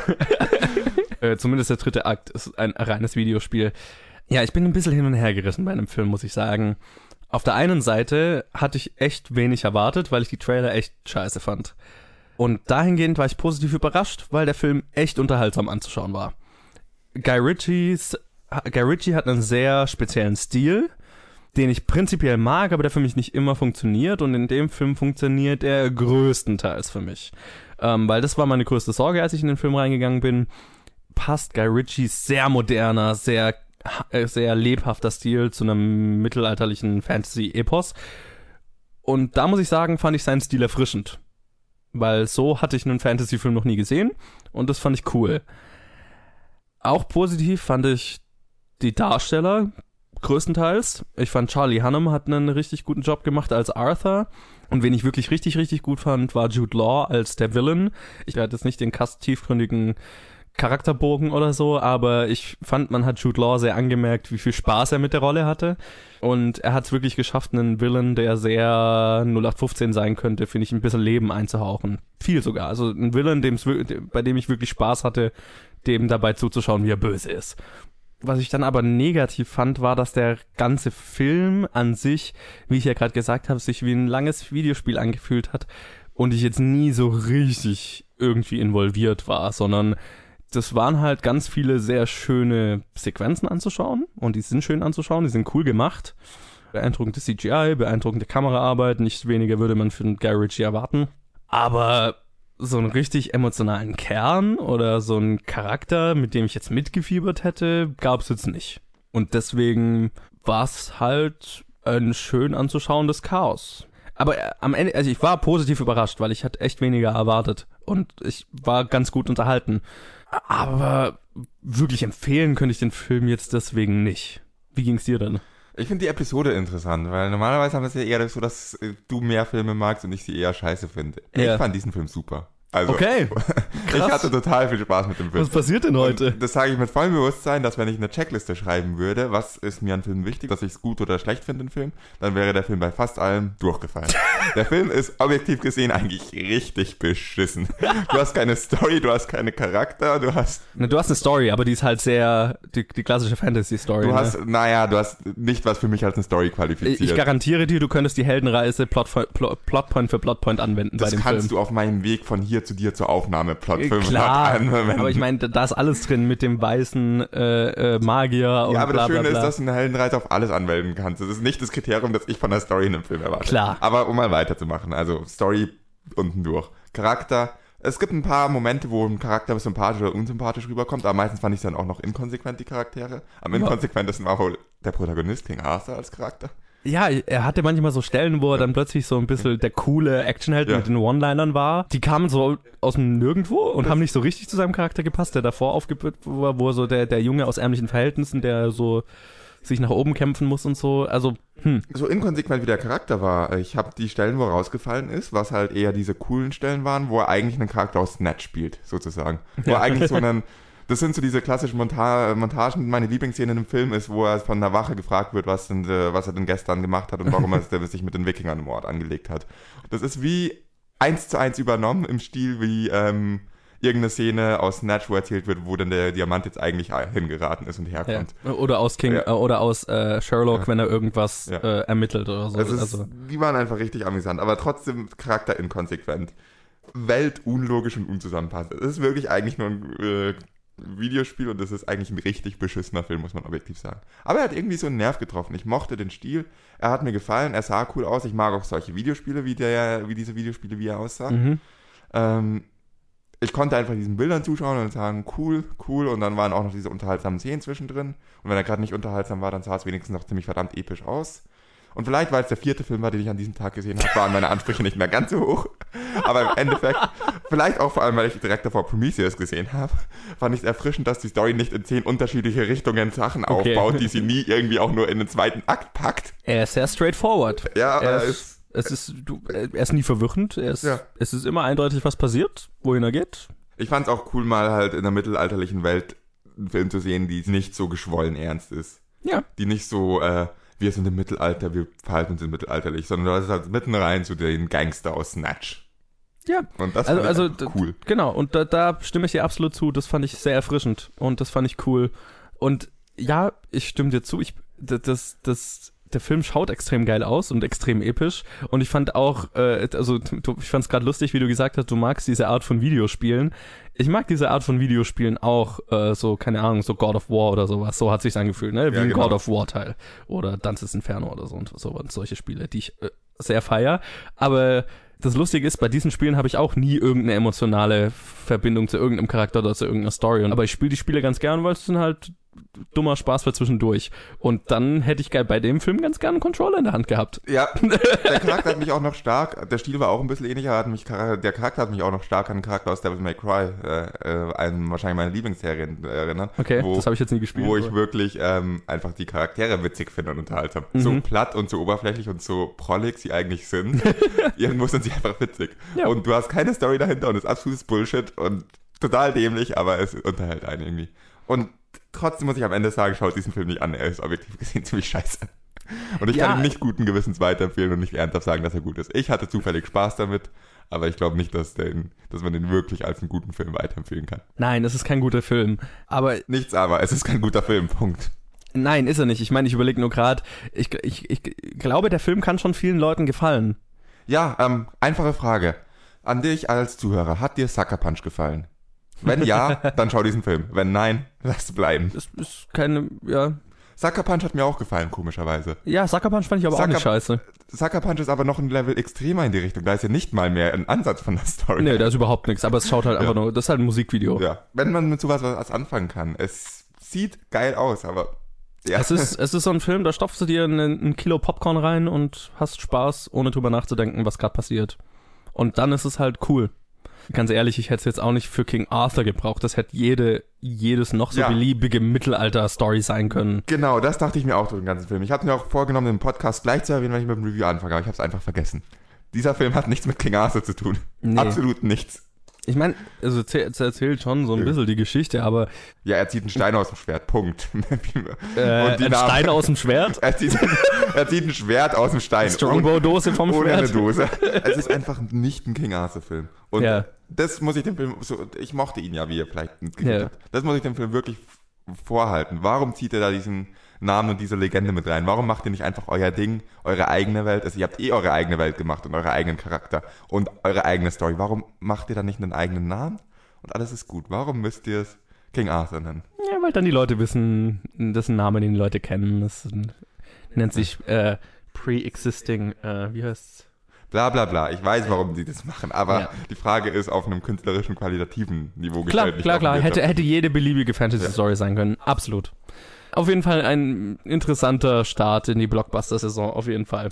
äh, zumindest der dritte Akt ist ein reines Videospiel. Ja, ich bin ein bisschen hin und her gerissen bei einem Film, muss ich sagen. Auf der einen Seite hatte ich echt wenig erwartet, weil ich die Trailer echt scheiße fand. Und dahingehend war ich positiv überrascht, weil der Film echt unterhaltsam anzuschauen war. Guy Ritchies, Guy Ritchie hat einen sehr speziellen Stil, den ich prinzipiell mag, aber der für mich nicht immer funktioniert. Und in dem Film funktioniert er größtenteils für mich. Ähm, weil das war meine größte Sorge, als ich in den Film reingegangen bin. Passt Guy Ritchies sehr moderner, sehr, äh, sehr lebhafter Stil zu einem mittelalterlichen Fantasy-Epos. Und da muss ich sagen, fand ich seinen Stil erfrischend. Weil so hatte ich einen Fantasy-Film noch nie gesehen. Und das fand ich cool. Auch positiv fand ich die Darsteller größtenteils. Ich fand, Charlie Hunnam hat einen richtig guten Job gemacht als Arthur. Und wen ich wirklich richtig, richtig gut fand, war Jude Law als der Villain. Ich hatte jetzt nicht den krass tiefgründigen Charakterbogen oder so, aber ich fand, man hat Jude Law sehr angemerkt, wie viel Spaß er mit der Rolle hatte. Und er hat es wirklich geschafft, einen Villain, der sehr null acht fünfzehn sein könnte, finde ich, ein bisschen Leben einzuhauchen. Viel sogar. Also ein Villain, dem's, bei dem ich wirklich Spaß hatte, dem dabei zuzuschauen, wie er böse ist. Was ich dann aber negativ fand, war, dass der ganze Film an sich, wie ich ja gerade gesagt habe, sich wie ein langes Videospiel angefühlt hat und ich jetzt nie so richtig irgendwie involviert war, sondern das waren halt ganz viele sehr schöne Sequenzen anzuschauen und die sind schön anzuschauen, die sind cool gemacht. Beeindruckende C G I, beeindruckende Kameraarbeit, nicht weniger würde man für einen Guy Ritchie erwarten. Aber so einen richtig emotionalen Kern oder so einen Charakter, mit dem ich jetzt mitgefiebert hätte, gab es jetzt nicht. Und deswegen war es halt ein schön anzuschauendes Chaos. Aber äh, am Ende, also ich war positiv überrascht, weil ich hatte echt weniger erwartet und ich war ganz gut unterhalten. Aber wirklich empfehlen könnte ich den Film jetzt deswegen nicht. Wie ging's dir denn? Ich finde die Episode interessant, weil normalerweise haben wir es ja eher so, dass äh, du mehr Filme magst und ich sie eher scheiße finde. Ja. Ich fand diesen Film super. Also, Okay. ich hatte total viel Spaß mit dem Film. Was passiert denn heute? Und das sage ich mit vollem Bewusstsein, dass wenn ich eine Checkliste schreiben würde, was ist mir an Filmen wichtig, dass ich es gut oder schlecht finde, den Film, dann wäre der Film bei fast allem durchgefallen. Der Film ist objektiv gesehen eigentlich richtig beschissen. Du hast keine Story, du hast keine Charakter, du hast... Ne, du hast eine Story, aber die ist halt sehr, die, die klassische Fantasy-Story. Du ne? hast, naja, du hast nicht was für mich als eine Story qualifiziert. Ich garantiere dir, du könntest die Heldenreise Plot, Plot, Plotpoint für Plotpoint anwenden das bei dem kannst Film. du auf meinem Weg von hier zu dir zur Aufnahme Plotfilm Klar, anwenden. aber ich meine, da ist alles drin mit dem weißen äh, äh, Magier und Ja, aber bla, das bla, Schöne bla. ist, dass du eine Heldenreise auf alles anwenden kannst. Das ist nicht das Kriterium, das ich von der Story in einem Film erwarte. Klar. Aber um mal weiterzumachen, also Story unten durch. Charakter. Es gibt ein paar Momente, wo ein Charakter sympathisch oder unsympathisch rüberkommt, aber meistens fand ich dann auch noch inkonsequent, die Charaktere. Am inkonsequentesten war wohl der Protagonist, King Arthur, als Charakter. Ja, er hatte manchmal so Stellen, wo er dann plötzlich so ein bisschen der coole Actionheld Ja. mit den One-Linern war. Die kamen so aus dem Nirgendwo und das haben nicht so richtig zu seinem Charakter gepasst, der davor aufgebaut war, wo er so der, der Junge aus ärmlichen Verhältnissen, der so sich nach oben kämpfen muss und so. Also, hm. So inkonsequent wie der Charakter war. Ich habe die Stellen, wo er rausgefallen ist, was halt eher diese coolen Stellen waren, wo er eigentlich einen Charakter aus Snatch spielt, sozusagen. Wo er eigentlich so einen... Das sind so diese klassischen Monta- Montagen. Meine Lieblingsszene in dem Film ist, wo er von der Wache gefragt wird, was, denn, äh, was er denn gestern gemacht hat und warum er sich mit den Wikingern im Ort angelegt hat. Das ist wie eins zu eins übernommen im Stil wie ähm, irgendeine Szene aus Snatch, wo erzählt wird, wo denn der Diamant jetzt eigentlich hingeraten ist und herkommt. Ja. Oder aus King Ja. äh, oder aus äh, Sherlock, Ja. wenn er irgendwas Ja. äh, ermittelt oder so. Es ist, Also, die waren einfach richtig amüsant, aber trotzdem Charakter inkonsequent. Welt unlogisch und unzusammenpassend. Es ist wirklich eigentlich nur ein äh, Videospiel und das ist eigentlich ein richtig beschissener Film, muss man objektiv sagen. Aber er hat irgendwie so einen Nerv getroffen. Ich mochte den Stil, er hat mir gefallen, er sah cool aus. Ich mag auch solche Videospiele, wie, der, wie diese Videospiele, wie er aussah. mhm. Ähm, ich konnte einfach diesen Bildern zuschauen und sagen, cool, cool. Und dann waren auch noch diese unterhaltsamen Szenen zwischendrin. Und wenn er gerade nicht unterhaltsam war, dann sah es wenigstens noch ziemlich verdammt episch aus. Und vielleicht, weil es der vierte Film war, den ich an diesem Tag gesehen habe, waren meine Ansprüche nicht mehr ganz so hoch. Aber im Endeffekt, vielleicht auch vor allem, weil ich direkt davor Prometheus gesehen habe, fand ich es erfrischend, dass die Story nicht in zehn unterschiedliche Richtungen Sachen Okay. aufbaut, die sie nie irgendwie auch nur in den zweiten Akt packt. Er ist sehr straightforward. Ja, aber er es ist, es ist, du, er ist nie verwirrend. Er ist, Ja. Es ist immer eindeutig, was passiert, wohin er geht. Ich fand es auch cool, mal halt in der mittelalterlichen Welt einen Film zu sehen, die nicht so geschwollen ernst ist. Ja. Die nicht so, äh, wir sind im Mittelalter, wir verhalten uns im mittelalterlich, sondern du hast halt mitten rein zu den Gangster aus Snatch. Ja. Und das Also, fand also ich cool. d- genau, und da, da stimme ich dir absolut zu. Das fand ich sehr erfrischend und das fand ich cool. Und ja, ich stimme dir zu. Ich, das, das, das der Film schaut extrem geil aus und extrem episch. Und ich fand auch, äh, also du, ich fand es gerade lustig, wie du gesagt hast, du magst diese Art von Videospielen. Ich mag diese Art von Videospielen auch, äh, so, keine Ahnung, so God of War oder sowas. So hat sich's angefühlt, ne? Wie Ja, ein genau. God of War Teil. Oder Dante's Inferno oder so und so und solche Spiele, die ich äh, sehr feier. Aber das Lustige ist, bei diesen Spielen habe ich auch nie irgendeine emotionale Verbindung zu irgendeinem Charakter oder zu irgendeiner Story. Aber ich spiele die Spiele ganz gern, weil es sind halt dummer Spaß für zwischendurch. Und dann hätte ich bei dem Film ganz gerne einen Controller in der Hand gehabt. Ja, der Charakter hat mich auch noch stark, der Stil war auch ein bisschen ähnlicher, hat mich, der Charakter hat mich auch noch stark an den Charakter aus Devil May Cry, äh, äh, einen wahrscheinlich meiner Lieblingsserien äh, erinnert. Okay, wo, das habe ich jetzt nie gespielt. Wo aber- ich wirklich ähm, einfach die Charaktere witzig finde und unterhaltsam. Mhm. So platt und so oberflächlich und so prollig sie eigentlich sind. Irgendwo sind sie einfach witzig. Ja. Und du hast keine Story dahinter und es ist absolutes Bullshit und total dämlich, aber es unterhält einen irgendwie. Und trotzdem muss ich am Ende sagen, schaut diesen Film nicht an, er ist objektiv gesehen ziemlich scheiße. Und ich Ja. kann ihn nicht guten Gewissens weiterempfehlen und nicht ernsthaft sagen, dass er gut ist. Ich hatte zufällig Spaß damit, aber ich glaube nicht, dass, den, dass man den wirklich als einen guten Film weiterempfehlen kann. Nein, es ist kein guter Film. Aber Nichts aber, es ist kein guter Film, Punkt. nein, ist er nicht. Ich meine, ich überlege nur gerade, ich, ich, ich glaube, der Film kann schon vielen Leuten gefallen. Ja, ähm, einfache Frage. An dich als Zuhörer, hat dir Sucker Punch gefallen? Wenn ja, dann schau diesen Film. Wenn nein, lass bleiben. Es ist keine, ja. Sucker Punch hat mir auch gefallen, komischerweise. Ja, Sucker Punch fand ich aber auch Sucker- nicht scheiße. Sucker Punch ist aber noch ein Level extremer in die Richtung. Da ist ja nicht mal mehr ein Ansatz von der Story. Nee, da ist überhaupt nichts, aber es schaut halt einfach Ja. nur, das ist halt ein Musikvideo. Ja, wenn man mit sowas was anfangen kann. Es sieht geil aus, aber ja. Es ist, es ist so ein Film, da stopfst du dir ein, ein Kilo Popcorn rein und hast Spaß, ohne drüber nachzudenken, was gerade passiert. Und dann ist es halt cool. Ganz ehrlich, ich hätte es jetzt auch nicht für King Arthur gebraucht. Das hätte jede, jedes noch so Ja. beliebige Mittelalter-Story sein können. Genau, das dachte ich mir auch durch den ganzen Film. Ich habe mir auch vorgenommen, den Podcast gleich zu erwähnen, wenn ich mit dem Review anfange, aber ich habe es einfach vergessen. Dieser Film hat nichts mit King Arthur zu tun. Nee. Absolut nichts. Ich meine, also es erzählt schon so ein bisschen die Geschichte, aber... Ja, er zieht einen Stein aus dem Schwert, Punkt. Äh, ein Namen, Stein aus dem Schwert? er, zieht, er zieht ein Schwert aus dem Stein. Strongbow-Dose vom ohne Schwert? Eine Dose. Es ist einfach nicht ein King Arthur-Film. Und ja. das muss ich dem Film... So, ich mochte ihn ja, wie ihr vielleicht mitgekriegt ja. habt. Das muss ich dem Film wirklich vorhalten. Warum zieht er da diesen Namen und diese Legende mit rein? Warum macht ihr nicht einfach euer Ding, eure eigene Welt? Also ihr habt eh eure eigene Welt gemacht und euren eigenen Charakter und eure eigene Story. Warum macht ihr da nicht einen eigenen Namen? Und alles ist gut. Warum müsst ihr es King Arthur nennen? Ja, weil dann die Leute wissen, das ist ein Name, den die Leute kennen. Das nennt sich äh, Pre-Existing, äh, wie heißt's? Bla bla bla. Ich weiß, warum sie das machen, aber ja. die Frage ist auf einem künstlerischen, qualitativen Niveau klar, gestellt. Klar, klar, klar. Hätte, hätte jede beliebige ja. Fantasy-Story sein können. Absolut. Auf jeden Fall ein interessanter Start in die Blockbuster-Saison, auf jeden Fall.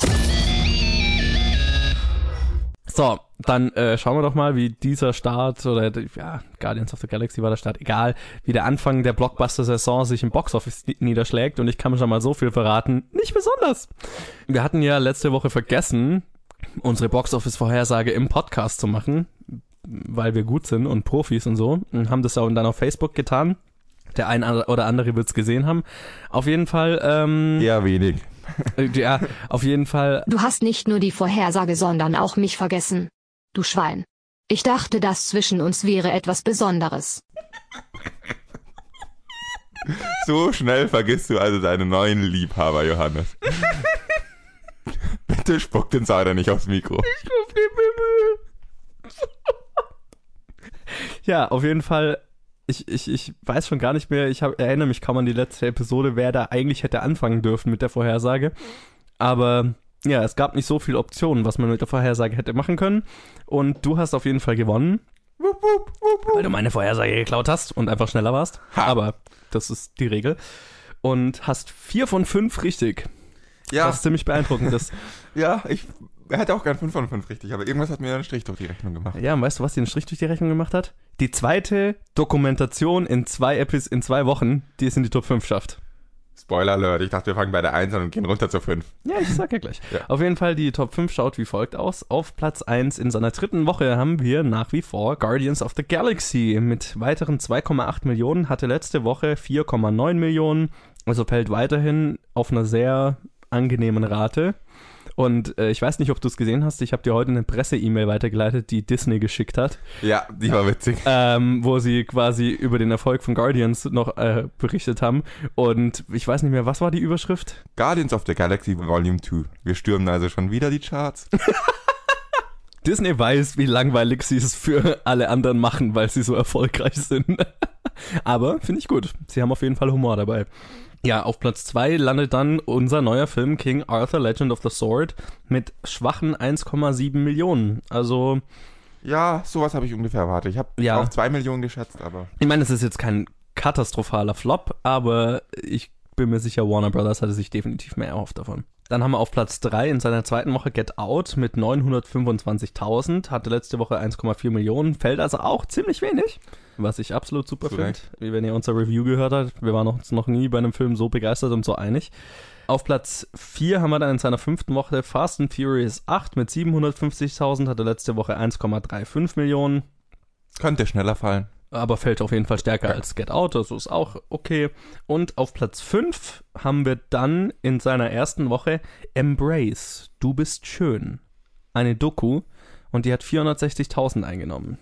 So, dann äh, schauen wir doch mal, wie dieser Start, oder ja, Guardians of the Galaxy war der Start, egal, wie der Anfang der Blockbuster-Saison sich im Boxoffice niederschlägt. Und ich kann mir schon mal so viel verraten, nicht besonders. Wir hatten ja letzte Woche vergessen, unsere Boxoffice-Vorhersage im Podcast zu machen, weil wir gut sind und Profis und so, und haben das auch dann auf Facebook getan. Der ein oder andere wird's gesehen haben. Auf jeden Fall, ähm... eher wenig. Ja, auf jeden Fall... Du hast nicht nur die Vorhersage, sondern auch mich vergessen. Du Schwein. Ich dachte, das zwischen uns wäre etwas Besonderes. So schnell vergisst du also deinen neuen Liebhaber, Johannes. Bitte spuck den Sauder nicht aufs Mikro. Ich auf den Himmel. Ja, auf jeden Fall... Ich, ich, ich weiß schon gar nicht mehr, ich hab, erinnere mich kaum an die letzte Episode, wer da eigentlich hätte anfangen dürfen mit der Vorhersage. Aber ja, es gab nicht so viele Optionen, was man mit der Vorhersage hätte machen können. Und du hast auf jeden Fall gewonnen, wupp, wupp, wupp, wupp. weil du meine Vorhersage geklaut hast und einfach schneller warst. Ha. Aber das ist die Regel. Und hast vier von fünf richtig. Ja. Was ziemlich beeindruckend ist. Ja, ich... Er hätte auch gern fünf von fünf richtig, aber irgendwas hat mir einen Strich durch die Rechnung gemacht. Ja, und weißt du, was dir einen Strich durch die Rechnung gemacht hat? Die zweite Dokumentation in zwei Epis in zwei Wochen, die es in die Top fünf schafft. Spoiler Alert, ich dachte, wir fangen bei der eins an und gehen runter zur fünf. Ja, ich sag ja gleich. Ja. Auf jeden Fall, die Top fünf schaut wie folgt aus. Auf Platz eins in seiner dritten Woche haben wir nach wie vor Guardians of the Galaxy mit weiteren zwei Komma acht Millionen, hatte letzte Woche vier Komma neun Millionen, also fällt weiterhin auf einer sehr angenehmen Rate. Und äh, ich weiß nicht, ob du es gesehen hast, ich habe dir heute eine Presse-E-Mail weitergeleitet, die Disney geschickt hat. Ja, die war witzig. Ähm, wo sie quasi über den Erfolg von Guardians noch äh, berichtet haben. Und ich weiß nicht mehr, was war die Überschrift? Guardians of the Galaxy Volume zwei. Wir stürmen also schon wieder die Charts. Disney weiß, wie langweilig sie es für alle anderen machen, weil sie so erfolgreich sind. Aber finde ich gut. Sie haben auf jeden Fall Humor dabei. Ja, auf Platz zwei landet dann unser neuer Film King Arthur Legend of the Sword mit schwachen eins Komma sieben Millionen. Also... Ja, sowas habe ich ungefähr erwartet. Ich habe ja. auf zwei Millionen geschätzt, aber... Ich meine, es ist jetzt kein katastrophaler Flop, aber ich bin mir sicher, Warner Brothers hatte sich definitiv mehr erhofft davon. Dann haben wir auf Platz drei in seiner zweiten Woche Get Out mit neunhundertfünfundzwanzigtausend, hatte letzte Woche eins Komma vier Millionen, fällt also auch ziemlich wenig, was ich absolut super finde. Wie wenn ihr unser Review gehört habt, wir waren uns noch nie bei einem Film so begeistert und so einig. Auf Platz vier haben wir dann in seiner fünften Woche Fast and Furious acht mit siebenhundertfünfzigtausend, hatte letzte Woche eins Komma fünfunddreißig Millionen. Könnte schneller fallen. Aber fällt auf jeden Fall stärker ja. als Get Out, also ist auch okay. Und auf Platz fünf haben wir dann in seiner ersten Woche Embrace, du bist schön. Eine Doku und die hat vierhundertsechzigtausend eingenommen.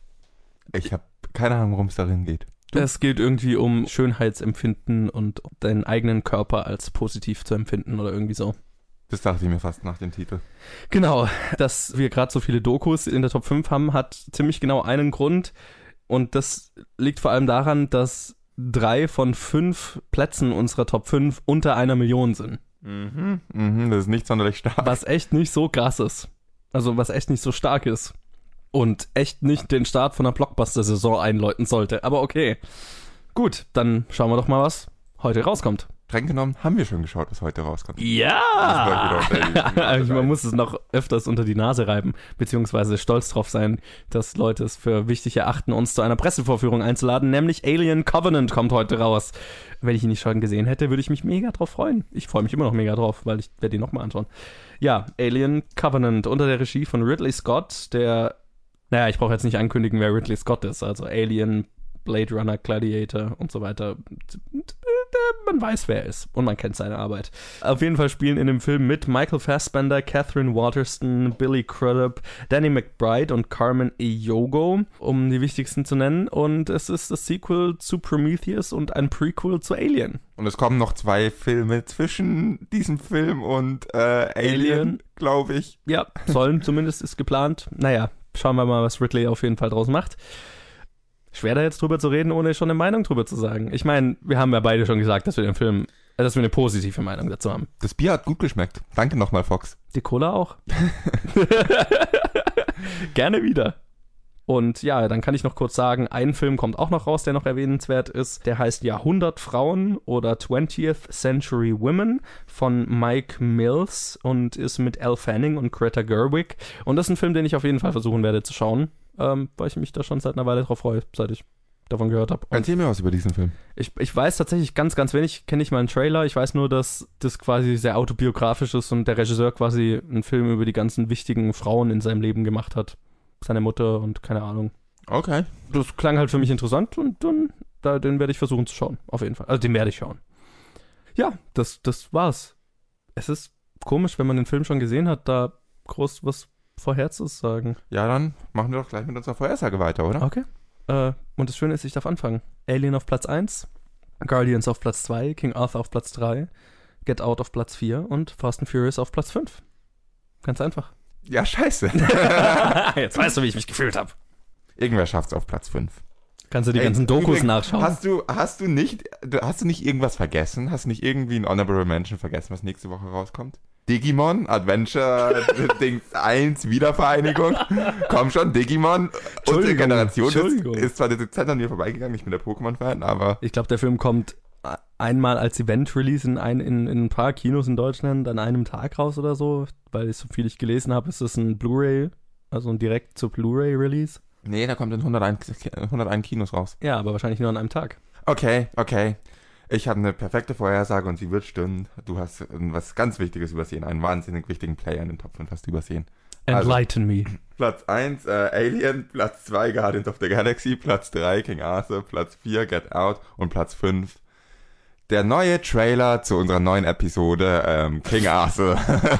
Ich habe keine Ahnung, worum es darin geht. Du? Es geht irgendwie um Schönheitsempfinden und deinen eigenen Körper als positiv zu empfinden oder irgendwie so. Das dachte ich mir fast nach dem Titel. Genau, dass wir gerade so viele Dokus in der Top fünf haben, hat ziemlich genau einen Grund. Und das liegt vor allem daran, dass drei von fünf Plätzen unserer Top fünf unter einer Million sind. Mhm, mhm, das ist nicht sonderlich stark. Was echt nicht so krass ist. Also was echt nicht so stark ist. Und echt nicht den Start von einer Blockbuster-Saison einläuten sollte. Aber okay. Gut, dann schauen wir doch mal, was heute rauskommt. Streng genommen haben wir schon geschaut, was heute rauskommt. Ja! Man muss es noch öfters unter die Nase reiben, beziehungsweise stolz drauf sein, dass Leute es für wichtig erachten, uns zu einer Pressevorführung einzuladen, nämlich Alien Covenant kommt heute raus. Wenn ich ihn nicht schon gesehen hätte, würde ich mich mega drauf freuen. Ich freue mich immer noch mega drauf, weil ich werde ihn nochmal anschauen. Ja, Alien Covenant unter der Regie von Ridley Scott, der Naja, ich brauche jetzt nicht ankündigen, wer Ridley Scott ist. Also Alien, Blade Runner, Gladiator und so weiter. Man weiß, wer er ist und man kennt seine Arbeit. Auf jeden Fall spielen in dem Film mit Michael Fassbender, Catherine Waterston, Billy Crudup, Danny McBride und Carmen Ejogo, um die wichtigsten zu nennen. Und es ist das Sequel zu Prometheus und ein Prequel zu Alien. Und es kommen noch zwei Filme zwischen diesem Film und äh, Alien, Alien. glaube ich. Ja, sollen zumindest, ist geplant. Naja, schauen wir mal, was Ridley auf jeden Fall draus macht. Schwer da jetzt drüber zu reden, ohne schon eine Meinung drüber zu sagen. Ich meine, wir haben ja beide schon gesagt, dass wir den Film, äh, dass wir eine positive Meinung dazu haben. Das Bier hat gut geschmeckt. Danke nochmal, Fox. Die Cola auch. Gerne wieder. Und ja, dann kann ich noch kurz sagen, ein Film kommt auch noch raus, der noch erwähnenswert ist. Der heißt Jahrhundertfrauen oder twentieth Century Women von Mike Mills und ist mit Elle Fanning und Greta Gerwig. Und das ist ein Film, den ich auf jeden Fall versuchen werde zu schauen, ähm, weil ich mich da schon seit einer Weile drauf freue, seit ich davon gehört habe. Erzähl mir was über diesen Film. Ich, ich weiß tatsächlich ganz, ganz wenig, kenne ich mal einen Trailer. Ich weiß nur, dass das quasi sehr autobiografisch ist und der Regisseur quasi einen Film über die ganzen wichtigen Frauen in seinem Leben gemacht hat. Seine Mutter und keine Ahnung. Okay. Das klang halt für mich interessant und dann, da, den werde ich versuchen zu schauen, auf jeden Fall. Also den werde ich schauen. Ja, das, das war's. Es ist komisch, wenn man den Film schon gesehen hat, da groß was vorher zu sagen. Ja, dann machen wir doch gleich mit unserer Vorhersage weiter, oder? Okay. Äh, und das Schöne ist, ich darf anfangen. Alien auf Platz eins, Guardians auf Platz zwei, King Arthur auf Platz drei, Get Out auf Platz vier und Fast and Furious auf Platz fünf. Ganz einfach. Ja, scheiße. Jetzt weißt du, wie ich mich gefühlt habe. Irgendwer schafft's auf Platz fünf. Kannst du die Ey, ganzen Dokus übrigens, nachschauen? Hast du, hast du nicht, hast du nicht irgendwas vergessen? Hast du nicht irgendwie ein Honorable Mention vergessen, was nächste Woche rauskommt? Digimon, Adventure, Dings eins, Wiedervereinigung. Komm schon, Digimon. Unsere Generation ist, ist zwar die Zeit an mir vorbeigegangen, ich bin der Pokémon-Fan, aber... Ich glaube, der Film kommt einmal als Event-Release in, ein, in, in ein paar Kinos in Deutschland an einem Tag raus oder so, weil ich so viel ich gelesen habe, ist das ein Blu-ray, also ein direkt zu Blu-ray-Release. Nee, da kommt in hunderteins Kinos raus. Ja, aber wahrscheinlich nur an einem Tag. Okay, okay. Ich habe eine perfekte Vorhersage und sie wird stimmen. Du hast was ganz Wichtiges übersehen, einen wahnsinnig wichtigen Player in den Top fünf hast du übersehen. Enlighten also, me. Platz eins, äh, Alien, Platz zwei, Guardians of the Galaxy, Platz drei, King Arthur, Platz vier, Get Out und Platz fünf, der neue Trailer zu unserer neuen Episode, ähm, King Arthur.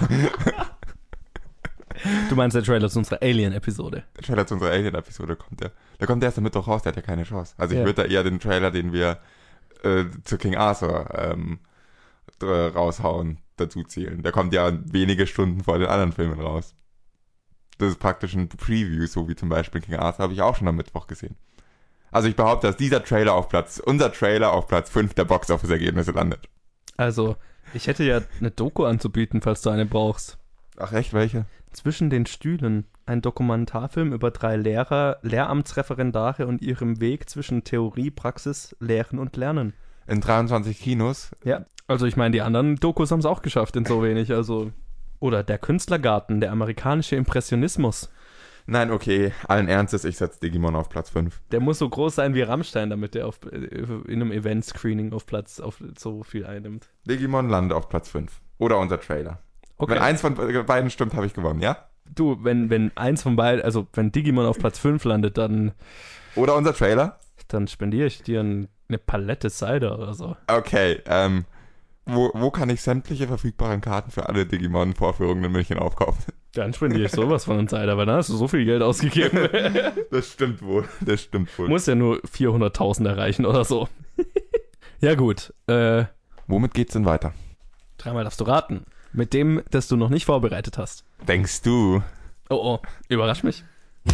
Du meinst der Trailer zu unserer Alien-Episode? Der Trailer zu unserer Alien-Episode kommt der. Der kommt erst am Mittwoch raus, der hat ja keine Chance. Also ich ja. würde da eher den Trailer, den wir äh, zu King Arthur ähm, raushauen, dazu zählen. Der kommt ja wenige Stunden vor den anderen Filmen raus. Das ist praktisch ein Preview, so wie zum Beispiel King Arthur, habe ich auch schon am Mittwoch gesehen. Also ich behaupte, dass dieser Trailer auf Platz, unser Trailer auf Platz fünf der Box-Office-Ergebnisse landet. Also, ich hätte ja eine Doku anzubieten, falls du eine brauchst. Ach echt, welche? Zwischen den Stühlen. Ein Dokumentarfilm über drei Lehrer, Lehramtsreferendare und ihrem Weg zwischen Theorie, Praxis, Lehren und Lernen. In dreiundzwanzig Kinos? Ja, also ich meine, die anderen Dokus haben es auch geschafft in so wenig, also... Oder der Künstlergarten, der amerikanische Impressionismus. Nein, okay, allen Ernstes, ich setze Digimon auf Platz fünf. Der muss so groß sein wie Rammstein, damit der auf, in einem Event-Screening auf Platz auf so viel einnimmt. Digimon landet auf Platz fünf. Oder unser Trailer. Okay. Wenn eins von beiden stimmt, habe ich gewonnen, ja? Du, wenn, wenn eins von beiden, also wenn Digimon auf Platz fünf landet, dann... Oder unser Trailer? Dann spendiere ich dir ein, eine Palette Cider oder so. Okay, ähm... Wo, wo kann ich sämtliche verfügbaren Karten für alle Digimon-Vorführungen in München aufkaufen? Dann spendiere ich sowas von uns, Alter, weil dann hast du so viel Geld ausgegeben. Das stimmt wohl, das stimmt wohl. Muss ja nur vierhunderttausend erreichen oder so. Ja gut, äh... Womit geht's denn weiter? Dreimal darfst du raten. Mit dem, das du noch nicht vorbereitet hast. Denkst du? Oh oh, überrasch mich.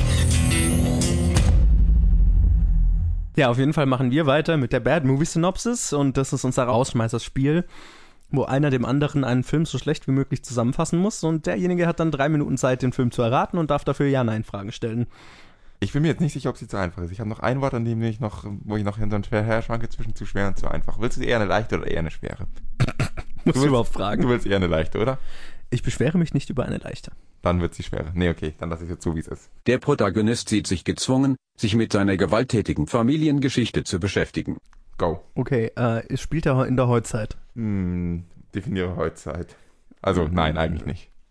Ja, auf jeden Fall machen wir weiter mit der Bad Movie Synopsis und das ist unser Rausschmeißerspiel, wo einer dem anderen einen Film so schlecht wie möglich zusammenfassen muss und derjenige hat dann drei Minuten Zeit, den Film zu erraten und darf dafür Ja-Nein-Fragen stellen. Ich bin mir jetzt nicht sicher, ob sie zu einfach ist. Ich habe noch ein Wort, an dem ich noch, wo ich noch hinter und her schwanke zwischen zu schwer und zu einfach. Willst du eher eine leichte oder eher eine schwere? Musst du, du überhaupt fragen? Du willst eher eine leichte, oder? Ich beschwere mich nicht über eine leichte. Dann wird sie schwerer. Nee, okay, dann lasse ich jetzt so, wie es ist. Der Protagonist sieht sich gezwungen, sich mit seiner gewalttätigen Familiengeschichte zu beschäftigen. Go. Okay, äh, spielt er in der Heutzeit? Hm, definiere Heutzeit. Also, nein, eigentlich nicht.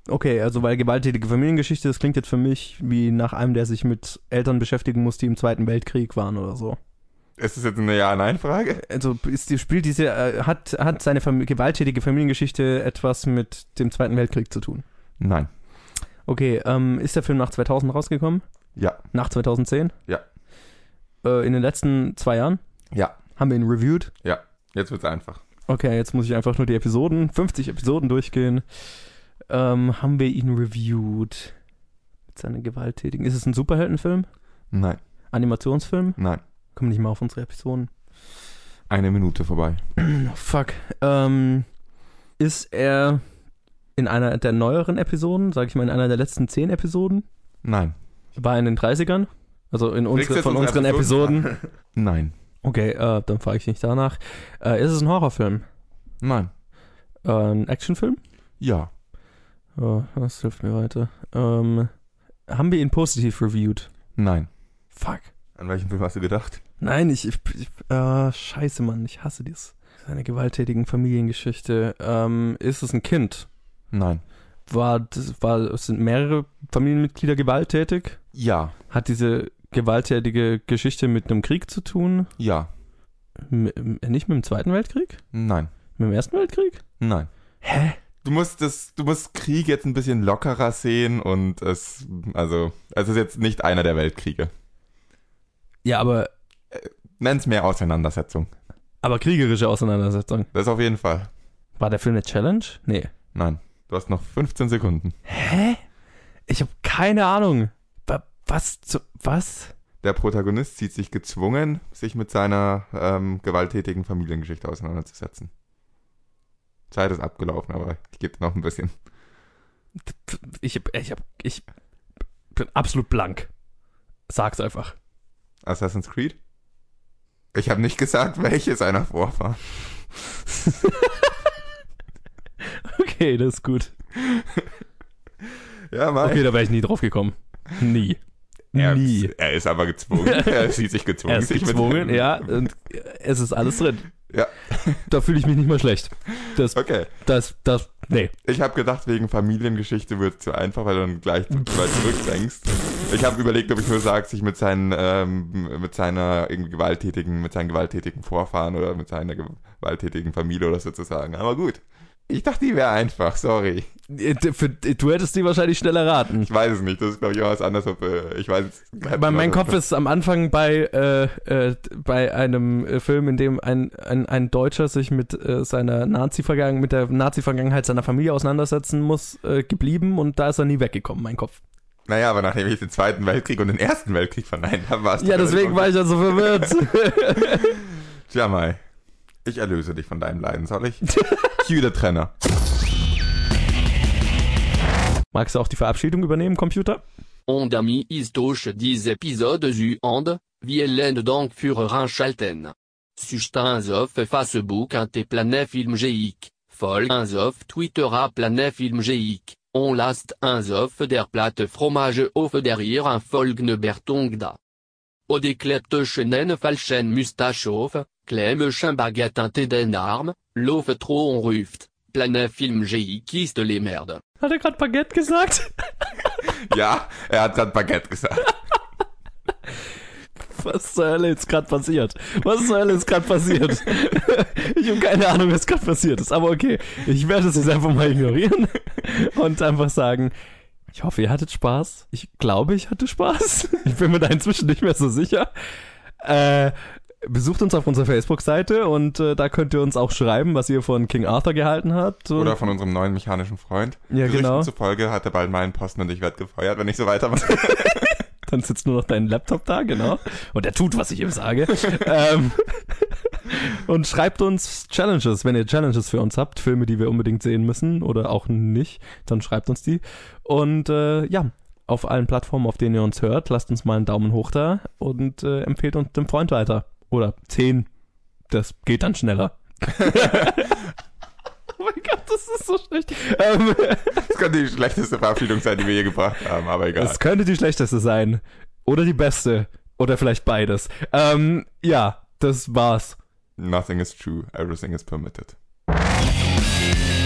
Okay, also weil gewalttätige Familiengeschichte, das klingt jetzt für mich wie nach einem, der sich mit Eltern beschäftigen muss, die im Zweiten Weltkrieg waren oder so. Ist das jetzt eine Ja-Nein-Frage? Also ist die, spielt diese, äh, hat, hat seine Fam- gewalttätige Familiengeschichte etwas mit dem Zweiten Weltkrieg zu tun? Nein. Okay, ähm, ist der Film nach zweitausend rausgekommen? Ja. Nach zweitausendzehn? Ja. Äh, in den letzten zwei Jahren? Ja. Haben wir ihn reviewed? Ja. Jetzt wird's einfach. Okay, jetzt muss ich einfach nur die Episoden, fünfzig Episoden durchgehen. Ähm, haben wir ihn reviewed? Mit seinen gewalttätigen. Ist es ein Superheldenfilm? Nein. Animationsfilm? Nein. Kommen nicht mal auf unsere Episoden. Eine Minute vorbei. Oh, fuck. Ähm, ist er in einer der neueren Episoden, sag ich mal in einer der letzten zehn Episoden? Nein. War er in den dreißigern? Also in Kriegst unsere, du von jetzt unseren unsere Episoden? Episoden? Nein. Okay, äh, dann frage ich nicht danach. Äh, ist es ein Horrorfilm? Nein. Äh, ein Actionfilm? Ja. Oh, das hilft mir weiter. Ähm, haben wir ihn positiv reviewed? Nein. Fuck. An welchen Film hast du gedacht? Nein, ich, ich, ich äh, scheiße, Mann, ich hasse dies. Seine gewalttätigen Familiengeschichte. Ähm, ist es ein Kind? Nein. War, das, war, sind mehrere Familienmitglieder gewalttätig? Ja. Hat diese gewalttätige Geschichte mit einem Krieg zu tun? Ja. M- nicht mit dem Zweiten Weltkrieg? Nein. Mit dem Ersten Weltkrieg? Nein. Hä? Du musst das, du musst Krieg jetzt ein bisschen lockerer sehen und es, also, es ist jetzt nicht einer der Weltkriege. Ja, aber, Nenn's mehr Auseinandersetzung. aber kriegerische Auseinandersetzung. Das auf jeden Fall. War der Film eine Challenge? Nee. Nein. Du hast noch fünfzehn Sekunden. Hä? Ich habe keine Ahnung. Wa- Was? Zu, was? Der Protagonist sieht sich gezwungen, sich mit seiner ähm, gewalttätigen Familiengeschichte auseinanderzusetzen. Zeit ist abgelaufen, aber ich gebe noch ein bisschen. Ich, hab- ich, hab, ich bin absolut blank. Sag's einfach. Assassin's Creed? Ich habe nicht gesagt, welche seiner Vorfahren. Okay, das ist gut. Ja, Mann. Okay, da wäre ich nie drauf gekommen. Nie. Er, Nie. er ist aber gezwungen. Er sieht sich gezwungen. Er ist sich mit- gezwungen, ja. Und es ist alles drin. Ja. Da fühle ich mich nicht mal schlecht. Das, Okay. das, das, nee. Ich habe gedacht, wegen Familiengeschichte wird es zu einfach, weil du dann gleich zu weit zurückdenkst. Ich habe überlegt, ob ich nur sage, sich mit seinen, ähm, mit seiner irgendwie gewalttätigen, mit seinen gewalttätigen Vorfahren oder mit seiner gewalttätigen Familie oder so zu sagen. Aber gut. Ich dachte, die wäre einfach, sorry. Für, du hättest die wahrscheinlich schneller raten. Ich weiß es nicht, das ist glaube ich auch was anderes. Ob, äh, ich weiß es. Bei mein Kopf ist am Anfang bei, äh, äh, bei einem äh, Film, in dem ein, ein, ein Deutscher sich mit äh, seiner Nazi-Vergangenheit, mit der Nazi-Vergangenheit seiner Familie auseinandersetzen muss, äh, geblieben und da ist er nie weggekommen, mein Kopf. Naja, aber nachdem ich den Zweiten Weltkrieg und den Ersten Weltkrieg verneint habe, war es Ja, deswegen war ich ja so verwirrt. Tja, Mai. Ich erlöse dich von deinem Leiden, soll ich? Cue der Trenner. Magst du auch die Verabschiedung übernehmen, Computer? On a mis istoche dix épisodes u and, vielen Dank für Einschalten. Sustain auf Facebook und Planet Film Geek, folg uns auf Twitter à Planet Film Geek, on last uns auf der Plattform auf der ihr ein folgende Bertung da. O de kleptischen falschen Mustache auf, klemischen Baguette den Arm, lauf trop on ruft, Planet Film Geek ist les Merde. Hat er gerade Baguette gesagt? Ja, er hat gerade Baguette gesagt. Was zur Hölle ist gerade passiert? Was zur Hölle ist gerade passiert? Ich habe keine Ahnung, was gerade passiert ist, aber okay. Ich werde es jetzt einfach mal ignorieren und einfach sagen, ich hoffe, ihr hattet Spaß. Ich glaube, ich hatte Spaß. Ich bin mir da inzwischen nicht mehr so sicher. Äh, besucht uns auf unserer Facebook-Seite und äh, da könnt ihr uns auch schreiben, was ihr von King Arthur gehalten habt. Und Oder von unserem neuen mechanischen Freund. Ja, Gerüchten genau. zufolge hat er bald meinen Posten und ich werde gefeuert, wenn ich so weitermache. Dann sitzt nur noch dein Laptop da, genau. Und er tut, was ich ihm sage. ähm, und schreibt uns Challenges, wenn ihr Challenges für uns habt, Filme, die wir unbedingt sehen müssen oder auch nicht, dann schreibt uns die. Und äh, ja, auf allen Plattformen, auf denen ihr uns hört, lasst uns mal einen Daumen hoch da und äh, empfehlt uns dem Freund weiter. Oder zehn. Das geht dann schneller. Oh mein Gott, das ist so schlecht. Ähm, Das könnte die schlechteste Verabschiedung sein, die wir je gebracht haben, aber egal. Es könnte die schlechteste sein. Oder die beste. Oder vielleicht beides. Ähm, ja, das war's. Nothing is true, everything is permitted.